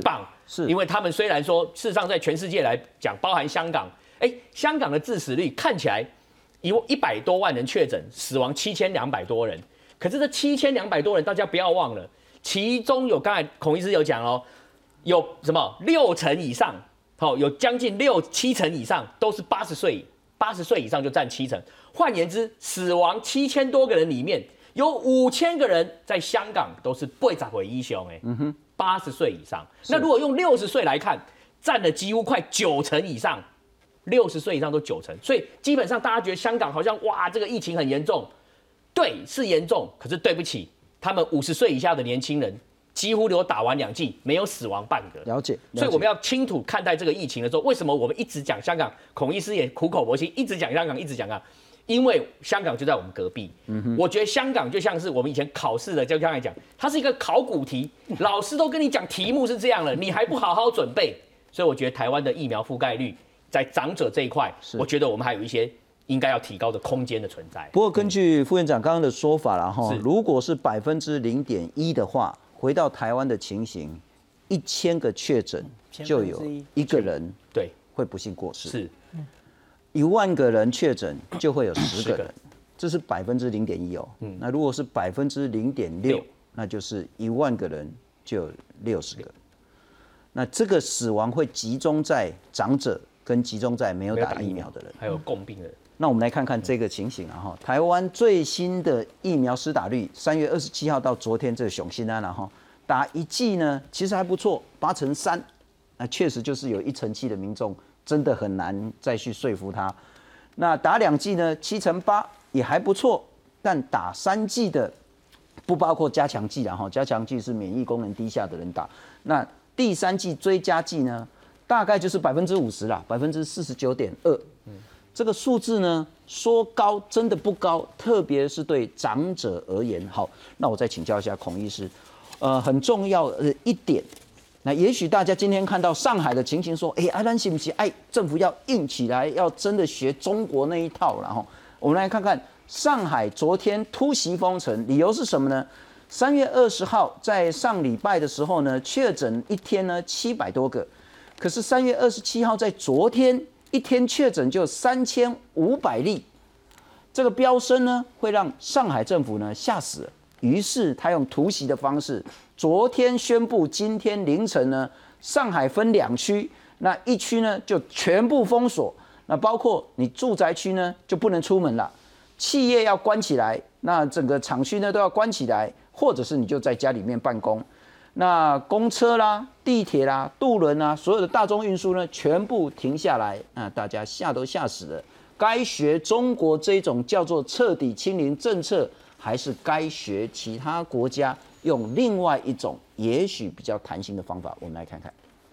是因为他们虽然说事实上在全世界来讲，包含香港，哎，香港的致死率看起来一一百多万人确诊，死亡七千两百多人，可是这七千两百多人，大家不要忘了，其中有刚才孔医师有讲哦，有什么六成以上，好、哦，有将近六七成以上都是八十岁，八十岁以上就占七成。换言之，死亡七千多个人里面，有五千个人在香港都是八十岁以上哎，嗯哼，八十岁以上。那如果用六十岁来看，占了几乎快九成以上，六十岁以上都九成。所以基本上大家觉得香港好像哇，这个疫情很严重，对，是严重。可是对不起，他们五十岁以下的年轻人几乎有打完两剂，没有死亡半个。 了解。了解所以我们要清楚看待这个疫情的时候，为什么我们一直讲香港？孔医师也苦口婆心，一直讲香港，一直讲啊。因为香港就在我们隔壁，嗯、我觉得香港就像是我们以前考试的，就刚才讲，它是一个考古题，老师都跟你讲题目是这样了，你还不好好准备，所以我觉得台湾的疫苗覆盖率在长者这一块，我觉得我们还有一些应该要提高的空间的存在。 不过根据副院长刚刚的说法啦，哈，如果是百分之零点一的话，回到台湾的情形，一千个确诊就有一个人对会不幸过世。 是。 一万个人确诊就会有十个人，这是百分之零点一哦。嗯，那如果是百分之零点六，那就是一万个人就有六十个。那这个死亡会集中在长者跟集中在没有打疫苗的人， 还有共病的人。 那我们来看看这个情形啊哈，台湾最新的疫苗施打率，三月二十七号到昨天这个熊新安了哈，打一剂呢其实还不错，八成三，那确实就是有一成七的民众。真的很难再去说服他。那打两剂呢，七成八也还不错，但打三剂的不包括加强剂啦哈，加强剂是免疫功能低下的人打。那第三剂追加剂呢，大概就是百分之五十啦，百分之四十九点二。这个数字呢，说高真的不高，特别是对长者而言。好，那我再请教一下孔医师，呃，很重要的一点。那也许大家今天看到上海的情形，说，哎，阿兰是不是？哎，政府要硬起来，要真的学中国那一套。然后我们来看看上海昨天突袭封城，理由是什么呢？三月二十号在上礼拜的时候呢，确诊一天呢七百多个，可是三月二十七号在昨天一天确诊就三千五百例，这个飙升呢会让上海政府呢吓死了。于是他用突袭的方式，昨天宣布，今天凌晨呢，上海分两区，那一区呢就全部封锁，那包括你住宅区呢就不能出门了，企业要关起来，那整个厂区呢都要关起来，或者是你就在家里面办公，那公车啦、地铁啦、渡轮啦，所有的大众运输呢全部停下来，那大家吓都吓死了。该学中国这种叫做彻底清零政策，还是该学其他国家用另外一种也许比较弹性的方法？我们来看看。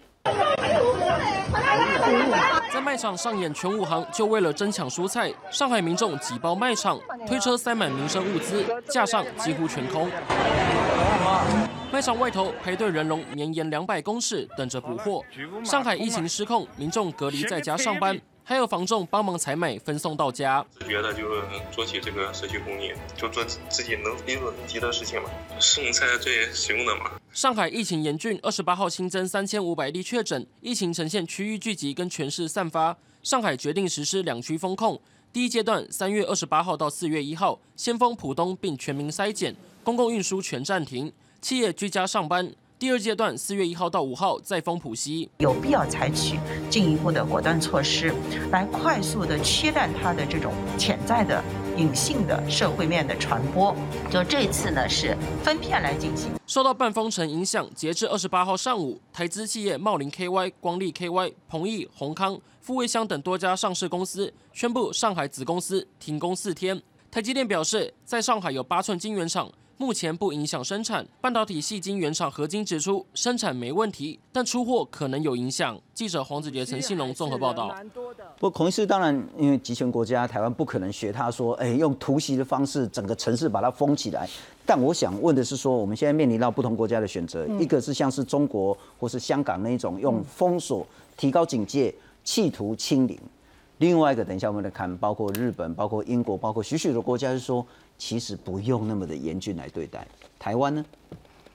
在卖场上演全武行，就为了争抢蔬菜，上海民众挤爆卖场，推车塞满民生物资，架上几乎全空。卖场外头排队人龙绵延两百公尺，等着补货。上海疫情失控，民众隔离在家上班。还有房仲帮忙采买，分送到家。 觉得就是做起这个社区公益，就做自己能力所能及的事情嘛。送菜最实用的嘛。 上海疫情严峻，二十八号新增三千五百例确诊，疫情呈现区域聚集跟全市散发。上海决定实施两区封控，第一阶段三月二十八号到四月一号，先封浦东并全民筛检，公共运输全暂停，企业居家上班。第二阶段四月一号到五号再封浦西， 有必要采取进一步的果断措施，来快速的切断它的这种潜在的隐性的社会面的传播。就这次呢是分片来进行。 受到半封城影响，截至二十八号上午，台资企业茂林 K Y、光力 K Y、鹏益、宏康、富卫香等多家上市公司宣布上海子公司停工四天。台积电表示，在上海有八寸晶圆厂。目前不影响生产，半导体矽晶原厂合金指出生产没问题，但出货可能有影响。记者黄子杰、陈信龙综合报道。 不过孔医师当然，因为集权国家，台湾不可能学他说，哎，用突袭的方式，整个城市把它封起来。但我想问的是说，我们现在面临到不同国家的选择，嗯、一个是像是中国或是香港那一种用封锁、提高警戒，企图清零；另外一个，等一下我们来看，包括日本、包括英国、包括许许多国家是说。其实不用那么的严峻来对待。台湾呢？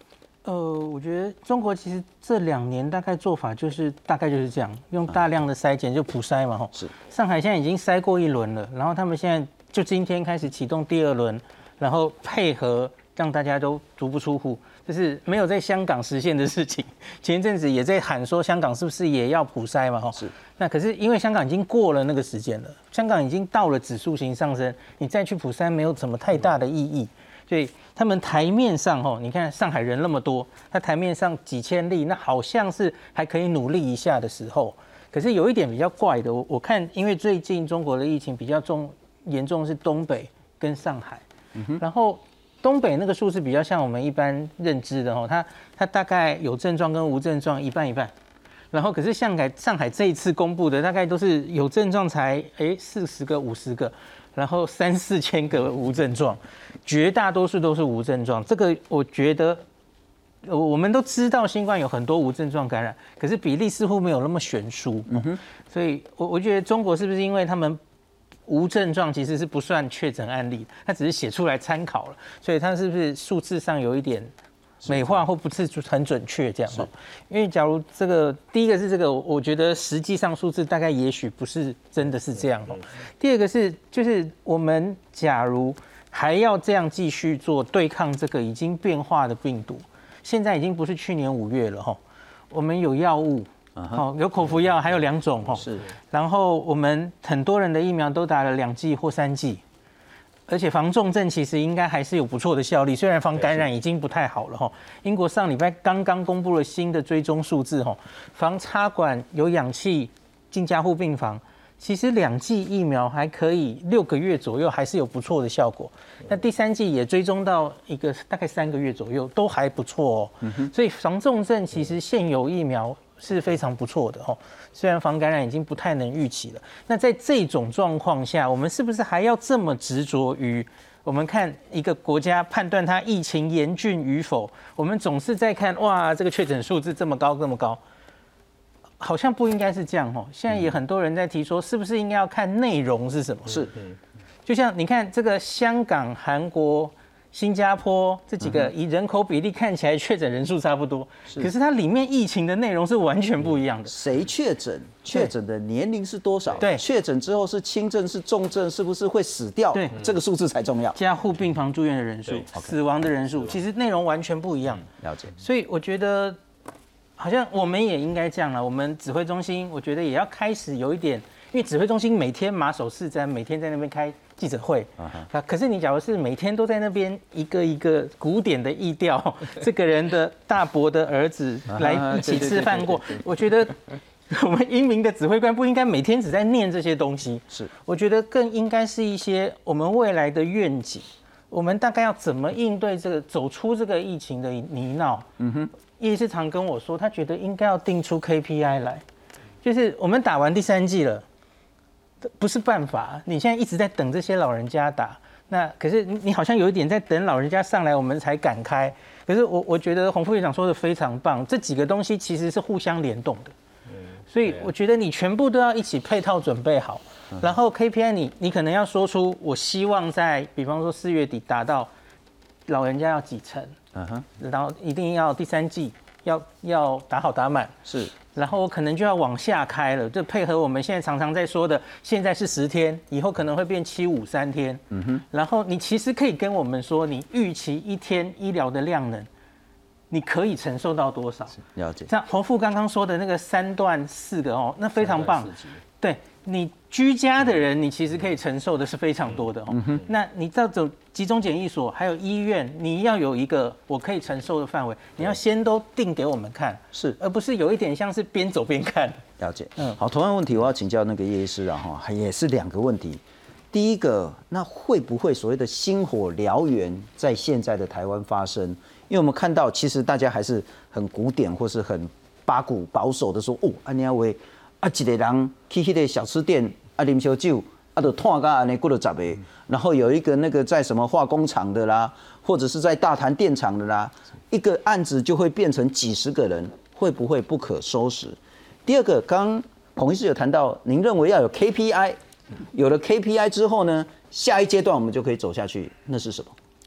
呃，我觉得中国其实这两年大概做法就是大概就是这样，用大量的筛检就普筛嘛，吼。 是。 上海现在已经筛过一轮了，然后他们现在就今天开始启动第二轮，然后配合让大家都足不出户，这是没有在香港实现的事情。前一阵子也在喊说香港是不是也要普筛嘛，吼。 是。 那可是因为香港已经过了那个时间了，香港已经到了指数型上升，你再去普筛没有什么太大的意义。所以他们台面上吼，你看上海人那么多，他台面上几千例，那好像是还可以努力一下的时候。可是有一点比较怪的，我我看，因为最近中国的疫情比较重严重是东北跟上海，嗯、然后东北那个数字比较像我们一般认知的吼，它它大概有症状跟无症状一半一半。然后可是上海上海这一次公布的大概都是有症状才哎四十个五十个。然后三四千个无症状，绝大多数都是无症状。这个我觉得，我们都知道新冠有很多无症状感染，可是比例似乎没有那么悬殊。嗯哼，所以我我觉得中国是不是因为他们无症状其实是不算确诊案例，他只是写出来参考了，所以他是不是数字上有一点美化或不是很准确这样？因为假如这个第一个是这个，我觉得实际上数字大概也许不是真的是这样哦。第二个是就是我们假如还要这样继续做对抗这个已经变化的病毒，现在已经不是去年五月了哈，我们有药物。哦，有口服药，还有两种哦。是。然后我们很多人的疫苗都打了两剂或三剂。而且防重症其实应该还是有不错的效力，虽然防感染已经不太好了哈。英国上礼拜刚刚公布了新的追踪数字哈，防插管有氧气进加护病房，其实两剂疫苗还可以六个月左右还是有不错的效果。那第三剂也追踪到一个大概三个月左右，都还不错哦。所以防重症其实现有疫苗是非常不错的哦，虽然防感染已经不太能预期了。那在这种状况下，我们是不是还要这么执着于我们看一个国家判断它疫情严峻与否？我们总是在看哇，这个确诊数字这么高这么高，好像不应该是这样哦。现在也很多人在提说，是不是应该要看内容是什么？是，就像你看这个香港、韩国。新加坡这几个以人口比例看起来确诊人数差不多，可是它里面疫情的内容是完全不一样的。 谁确诊？确诊的年龄是多少？对，确诊之后是轻症是重症，是不是会死掉？对，这个数字才重要。 加护病房住院的人数、死亡的人数，其实内容完全不一样。 了解。 所以我觉得，好像我们也应该这样了。我们指挥中心，我觉得也要开始有一点，因为指挥中心每天马首是瞻，每天在那边开记者会啊，可是你假如是每天都在那边一个一个古典的意调，这个人的大伯的儿子来一起吃饭过，我觉得我们英明的指挥官不应该每天只在念这些东西，是，我觉得更应该是一些我们未来的愿景，我们大概要怎么应对这个走出这个疫情的泥淖。嗯哼，叶师常跟我说，他觉得应该要定出 K P I 来，就是我们打完第三剂了。不是办法，你现在一直在等这些老人家打，那可是你好像有一点在等老人家上来，我们才敢开。可是我我觉得洪副院长说的非常棒，这几个东西其实是互相联动的，所以我觉得你全部都要一起配套准备好。然后 K P I 你你可能要说出，我希望在比方说四月底达到老人家要几成，嗯哼，然后一定要第三剂要要打好打满是。然后可能就要往下开了，就配合我们现在常常在说的，现在是十天，以后可能会变七五三天。嗯哼。然后你其实可以跟我们说，你预期一天医疗的量能，你可以承受到多少？ 了解。 像洪副刚刚说的那个三段四个哦，那非常棒。对你居家的人，你其实可以承受的是非常多的哦。嗯哼。那你到走集中检疫所还有医院，你要有一个我可以承受的范围，你要先都定给我们看，是，而不是有一点像是边走边看。 了解。嗯。好，同样问题我要请教那个叶医师啊哈，也是两个问题。第一个，那会不会所谓的星火燎原在现在的台湾发生？因为我们看到，其实大家还是很古典或是很八股保守的说，哦，安尼啊喂。啊，一个人去迄个小吃店啊，啉烧酒，啊，就拖到安尼过了十个，然后有一个那个在什么化工厂的啦，或者是在大潭电厂的啦，一个案子就会变成几十个人，会不会不可收拾？第二个，刚刚孔医师有谈到，您认为要有 K P I， 有了 K P I 之后呢，下一阶段我们就可以走下去，那是什么？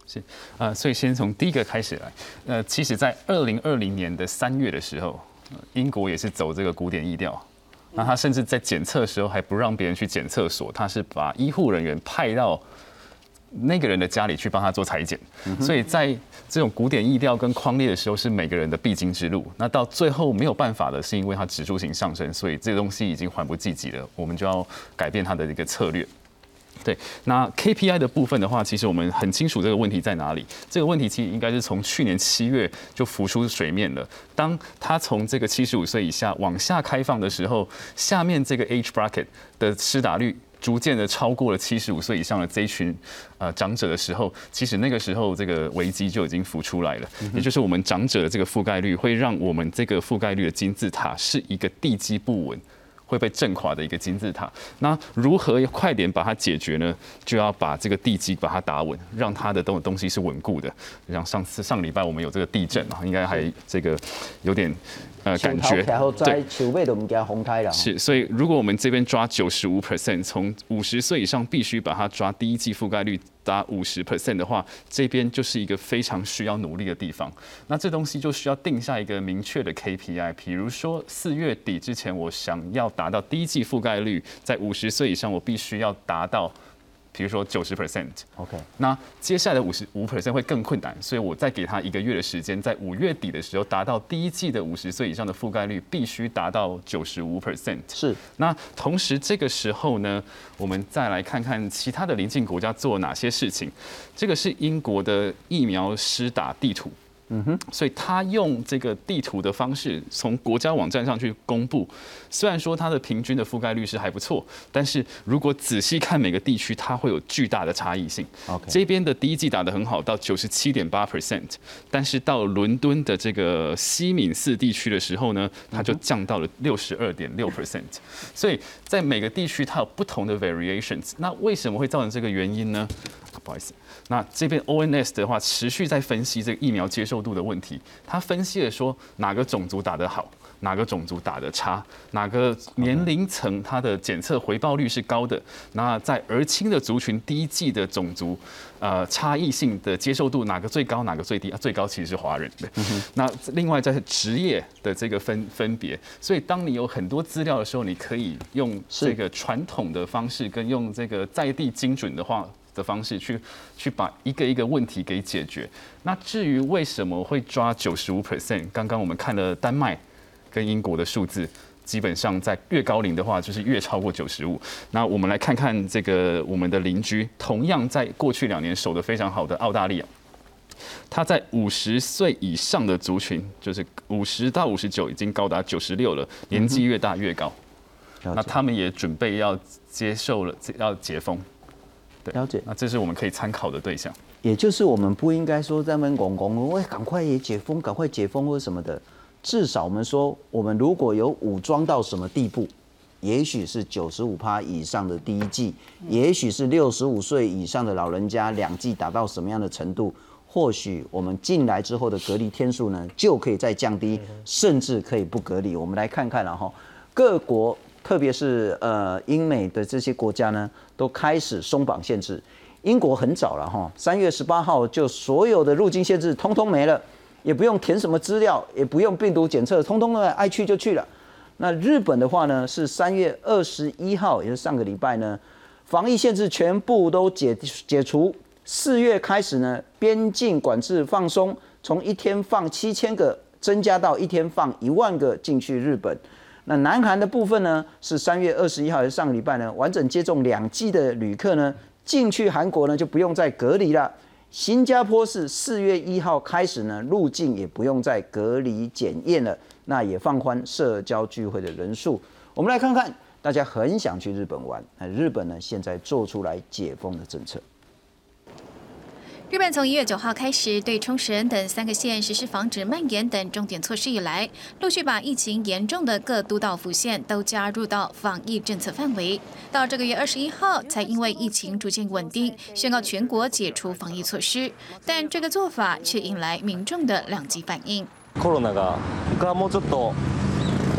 是，呃，所以先从第一个开始来。呃，其实，在二零二零年的三月的时候，英国也是走这个古典疫调。那他甚至在检测的时候还不让别人去检测所，他是把医护人员派到那个人的家里去帮他做裁剪。所以在这种古典疫调跟匡列的时候，是每个人的必经之路。那到最后没有办法的，是因为它指数型上升，所以这个东西已经缓不济急了，我们就要改变它的一个策略。对，那 K P I 的部分的话，其实我们很清楚这个问题在哪里。这个问题其实应该是从去年七月就浮出水面了。当它从这个七十五岁以下往下开放的时候，下面这个 age bracket 的施打率逐渐的超过了七十五岁以上的这一群呃长者的时候，其实那个时候这个危机就已经浮出来了。也就是我们长者的这个覆盖率，会让我们这个覆盖率的金字塔是一个地基不稳，会被震垮的一个金字塔。那如何快点把它解决呢？就要把这个地基把它打稳，让它的东东西是稳固的。像上次上礼拜我们有这个地震啊，应该还这个有点呃感觉。 对，球背都唔惊红开了。 是，所以如果我们这边抓九十五 percent， 从五十岁以上必须把它抓第一季覆盖率达五十 percent 的话，这边就是一个非常需要努力的地方。那这东西就需要定下一个明确的 K P I， 比如说四月底之前，我想要达到第一季覆盖率在五十岁以上，我必须要达到。比如说九十 percent，OK， 那接下来的五十五 percent 会更困难，所以我再给他一个月的时间，在五月底的时候达到第一季的五十岁以上的覆盖率必须达到九十五 percent。 是， 那同时这个时候呢，我们再来看看其他的邻近国家做了哪些事情。这个是英国的疫苗施打地图。嗯哼，所以他用这个地图的方式，从国家网站上去公布。虽然说它的平均的覆盖率是还不错，但是如果仔细看每个地区，它会有巨大的差异性。Okay. 这边的第一季打得很好，到九十七点八 percent， 但是到伦敦的这个西敏寺地区的时候呢，它就降到了六十二点六 percent。所以在每个地区它有不同的 variations。那为什么会造成这个原因呢？啊、不好意思。那这边 O N S 的话，持续在分析这个疫苗接受度的问题。他分析了说哪个种族打得好，哪个种族打得差，哪个年龄层它的检测回报率是高的。那在儿青的族群，第一季的种族呃差异性的接受度哪个最高，哪个最低？啊，最高其实是华人的。嗯、那另外在职业的这个分分别，所以当你有很多资料的时候，你可以用这个传统的方式跟用这个在地精准的话。的方式去去把一个一个问题给解决。那至于为什么会抓九十五 percent， 刚刚我们看了丹麦跟英国的数字，基本上在越高龄的话，就是越超过九十五。那我们来看看这个我们的邻居，同样在过去两年守得非常好的澳大利亚，它在五十岁以上的族群，就是五十到五十九已经高达九十六了，年纪越大越高。嗯、那他们也准备要接受了，要解封。 了解， 那这是我们可以参考的对象。 也就是我们不应该说在那边拱拱，喂，赶快也解封，赶快解封或者什么的。至少我们说，我们如果有武装到什么地步，也许是九十五趴以上的第一剂，也许是六十五岁以上的老人家两剂达到什么样的程度，或许我们进来之后的隔离天数呢，就可以再降低，甚至可以不隔离。我们来看看了哈，各国。特别是呃英美的这些国家呢，都开始松绑限制。英国很早了哈，三月十八号就所有的入境限制通通没了，也不用填什么资料，也不用病毒检测，通通的爱去就去了。那日本的话呢，是三月二十一号，也是上个礼拜呢，防疫限制全部都解解除。四月开始呢，边境管制放松，从一天放七千个增加到一天放一万个进去日本。那南韩的部分呢，是三月二十一号，也是上个礼拜呢，完整接种两剂的旅客呢，进去韩国呢就不用再隔离了。新加坡是四月一号开始呢，入境也不用再隔离检验了，那也放宽社交聚会的人数。我们来看看，大家很想去日本玩，那日本呢现在做出来解封的政策。 日本从一月九号开始对冲绳等三个县实施防止蔓延等重点措施以来，陆续把疫情严重的各都道府县都加入到防疫政策范围。到这个月二十一号，才因为疫情逐渐稳定，宣告全国解除防疫措施。但这个做法却引来民众的两极反应。 コロナががもうちょっと減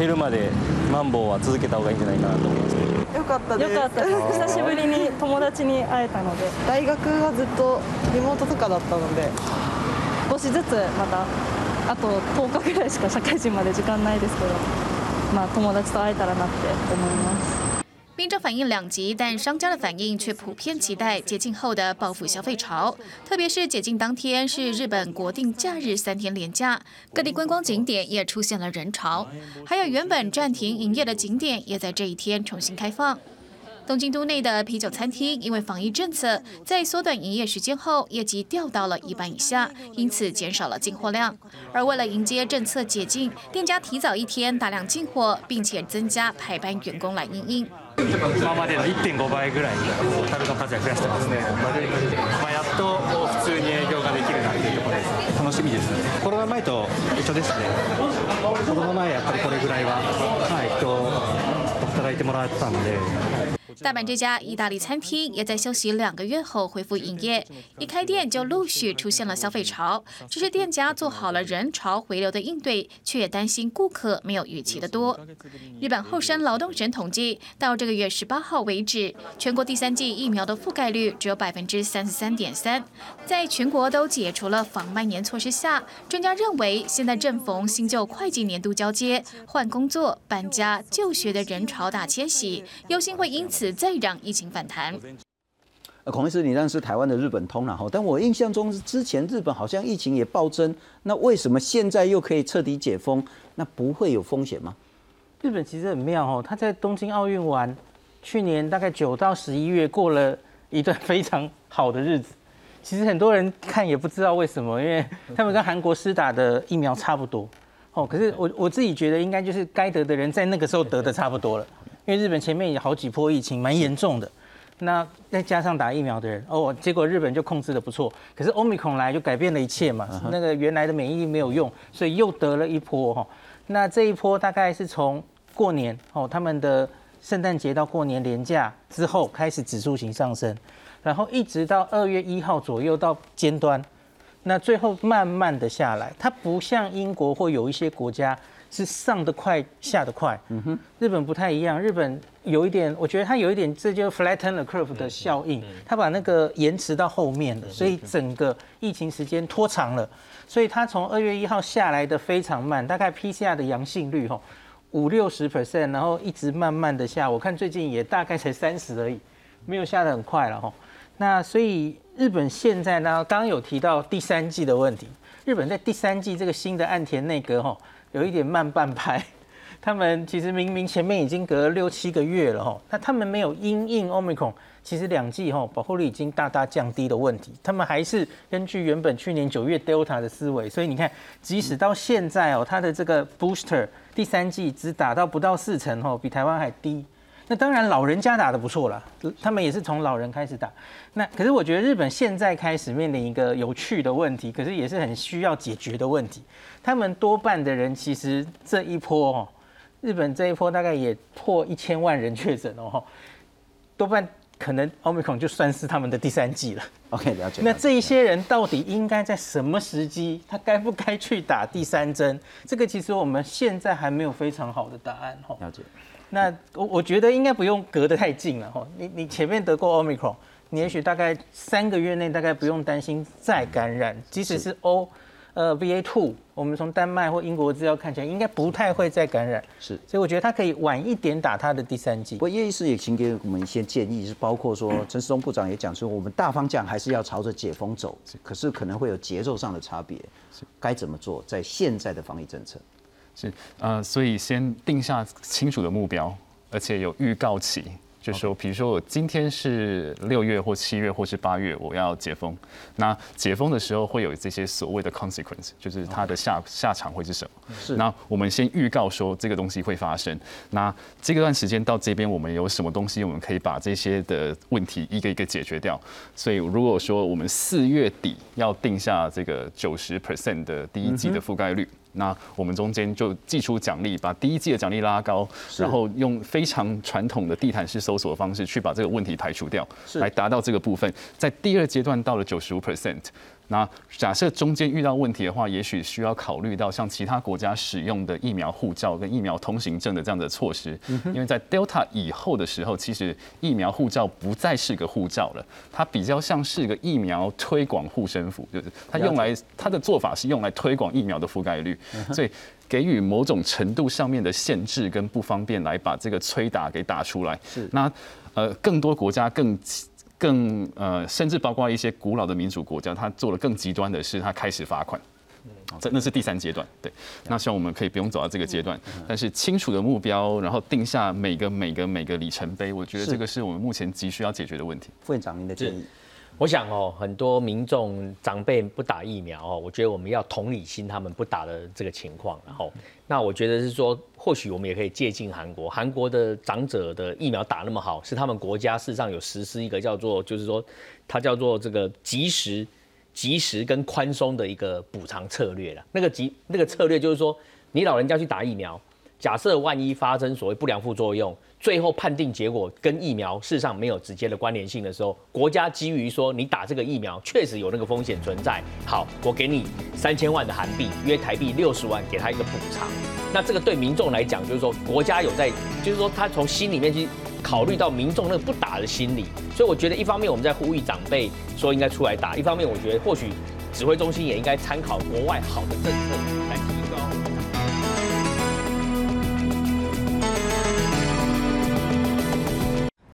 減るまでマンボウは続けた方がいいんじゃないかなと思いますけど。 よかったです。よかったです。久しぶりに友達に会えたので、大学はずっとリモートとかだったので、少しずつまたあととおかぐらいしか社会人まで時間ないですけど、まあ友達と会えたらなって思います。 民众反应两极，但商家的反应却普遍期待解禁后的报复消费潮。特别是解禁当天是日本国定假日三天连假，各地观光景点也出现了人潮，还有原本暂停营业的景点也在这一天重新开放。东京都内的啤酒餐厅因为防疫政策，在缩短营业时间后，业绩掉到了一半以下，因此减少了进货量。而为了迎接政策解禁，店家提早一天大量进货，并且增加排班员工来因应。 今までの いってんご 倍ぐらい樽の数は増やしてますね。まあやっと普通に営業ができるなっていうところです。楽しみです。コロナ前と一緒ですね。コロナ前やっぱりこれぐらいははいと働いてもらったんで。 大阪这家意大利餐厅也在休息两个月后恢复营业，一开店就陆续出现了消费潮。只是店家做好了人潮回流的应对，却也担心顾客没有预期的多。日本厚生劳动省统计，到这个月十八号为止，全国第三剂疫苗的覆盖率只有百分之三十三点三。在全国都解除了防蔓延措施下，专家认为，现在正逢新旧会计年度交接，换工作、搬家、就学的人潮大迁徙，忧心会因此再让疫情反弹。 呃，孔医师，你认识台湾的日本通了哈，但我印象中之前日本好像疫情也暴增，那为什么现在又可以彻底解封？那不会有风险吗？ 日本其实很妙哦，他在东京奥运完，去年大概九到十一月过了一段非常好的日子。其实很多人看也不知道为什么，因为他们跟韩国施打的疫苗差不多哦。可是我我自己觉得应该就是该得的人在那个时候得的差不多了。因为日本前面有好几波疫情，蛮严重的，那再加上打疫苗的人，哦，结果日本就控制得不错。可是 Omicron 来就改变了一切嘛，那个原来的免疫力没有用，所以又得了一波哈。那这一波大概是从过年哦，他们的圣诞节到过年连假之后开始指数型上升，然后一直到二月一号左右到尖端，那最后慢慢的下来。它不像英国或有一些国家。是上得快，下得快。嗯哼，日本不太一样，日本有一点，我觉得它有一点，这就 flatten the curve 的效应，它把那个延迟到后面了，所以整个疫情时间拖长了，所以它从二月一号下来的非常慢，大概 P C R 的阳性率吼五六十 percent， 然后一直慢慢的下，我看最近也大概才三十而已，没有下得很快了吼。那所以日本现在呢，刚刚有提到第三季的问题，日本在第三季这个新的岸田内阁吼。有一点慢半拍，他们其实明明前面已经隔了六七个月了哈，那他们没有因应 Omicron， 其实两剂哈保护力已经大大降低的问题，他们还是根据原本去年九月 Delta 的思维，所以你看，即使到现在哦，它的这个 Booster 第三剂只打到不到四成哦，比台湾还低。那当然老人家打得不错啦，他们也是从老人开始打。那可是我觉得日本现在开始面临一个有趣的问题，可是也是很需要解决的问题。他们多半的人其实这一波哦，日本这一波大概也破一千万人确诊哦，多半可能 Omicron 就算是他们的第三剂了。 OK， 了解。 那这一些人到底应该在什么时机，他该不该去打第三针？这个其实我们现在还没有非常好的答案哦。 了解。 那我我觉得应该不用隔得太近了哈，你你前面得过 Omicron， 你也许大概三个月内大概不用担心再感染，即使是 O 呃 B A 二， 我们从丹麦或英国资料看起来应该不太会再感染， 是， 所以我觉得他可以晚一点打他的第三剂。 不过叶医师也请给我们一些建议，是包括说陈时中部长也讲说，我们大方向还是要朝着解封走，可是可能会有节奏上的差别，该怎么做？在现在的防疫政策。 是呃，所以先定下清楚的目标，而且有预告期，就是说，比如说我今天是六月或七月或是八月，我要解封。那解封的时候会有这些所谓的 consequence， 就是它的下下场会是什么？是。那我们先预告说这个东西会发生。那这段时间到这边，我们有什么东西，我们可以把这些的问题一个一个解决掉。所以如果说我们四月底要定下这个九十 percent 的第一季的覆盖率。嗯，那我们中间就祭出奖励，把第一季的奖励拉高，然后用非常传统的地毯式搜索的方式去把这个问题排除掉，来达到这个部分。在第二阶段到了九十五 percent， 那假设中间遇到问题的话，也许需要考虑到像其他国家使用的疫苗护照跟疫苗通行证的这样的措施，因为在 Delta 以后的时候，其实疫苗护照不再是个护照了，它比较像是个疫苗推广护身符，就是它用来它的做法是用来推广疫苗的覆盖率，所以给予某种程度上面的限制跟不方便，来把这个催打给打出来。是那呃更多国家更。更呃，甚至包括一些古老的民主国家，它做了更极端的是，它开始罚款。这那是第三阶段，对。那希望我们可以不用走到这个阶段，但是清楚的目标，然后定下每个每个每个里程碑，我觉得这个是我们目前急需要解决的问题。 副院长，您的建议？ 我想哦，很多民众长辈不打疫苗哦，我觉得我们要同理心他们不打的这个情况，然后那我觉得是说，或许我们也可以借鉴韩国，韩国的长者的疫苗打那么好，是他们国家事实上有实施一个叫做，就是说它叫做这个及时、及时跟宽松的一个补偿策略了。那个及那个策略就是说，你老人家去打疫苗，假设万一发生所谓不良副作用。最后判定结果跟疫苗事实上没有直接的关联性的时候，国家基于说你打这个疫苗确实有那个风险存在，好，我给你三千万的韩币，约台币六十万，给他一个补偿。那这个对民众来讲，就是说国家有在，就是说他从心里面去考虑到民众那个不打的心理。所以我觉得一方面我们在呼吁长辈说应该出来打，一方面我觉得或许指挥中心也应该参考国外好的政策来提高。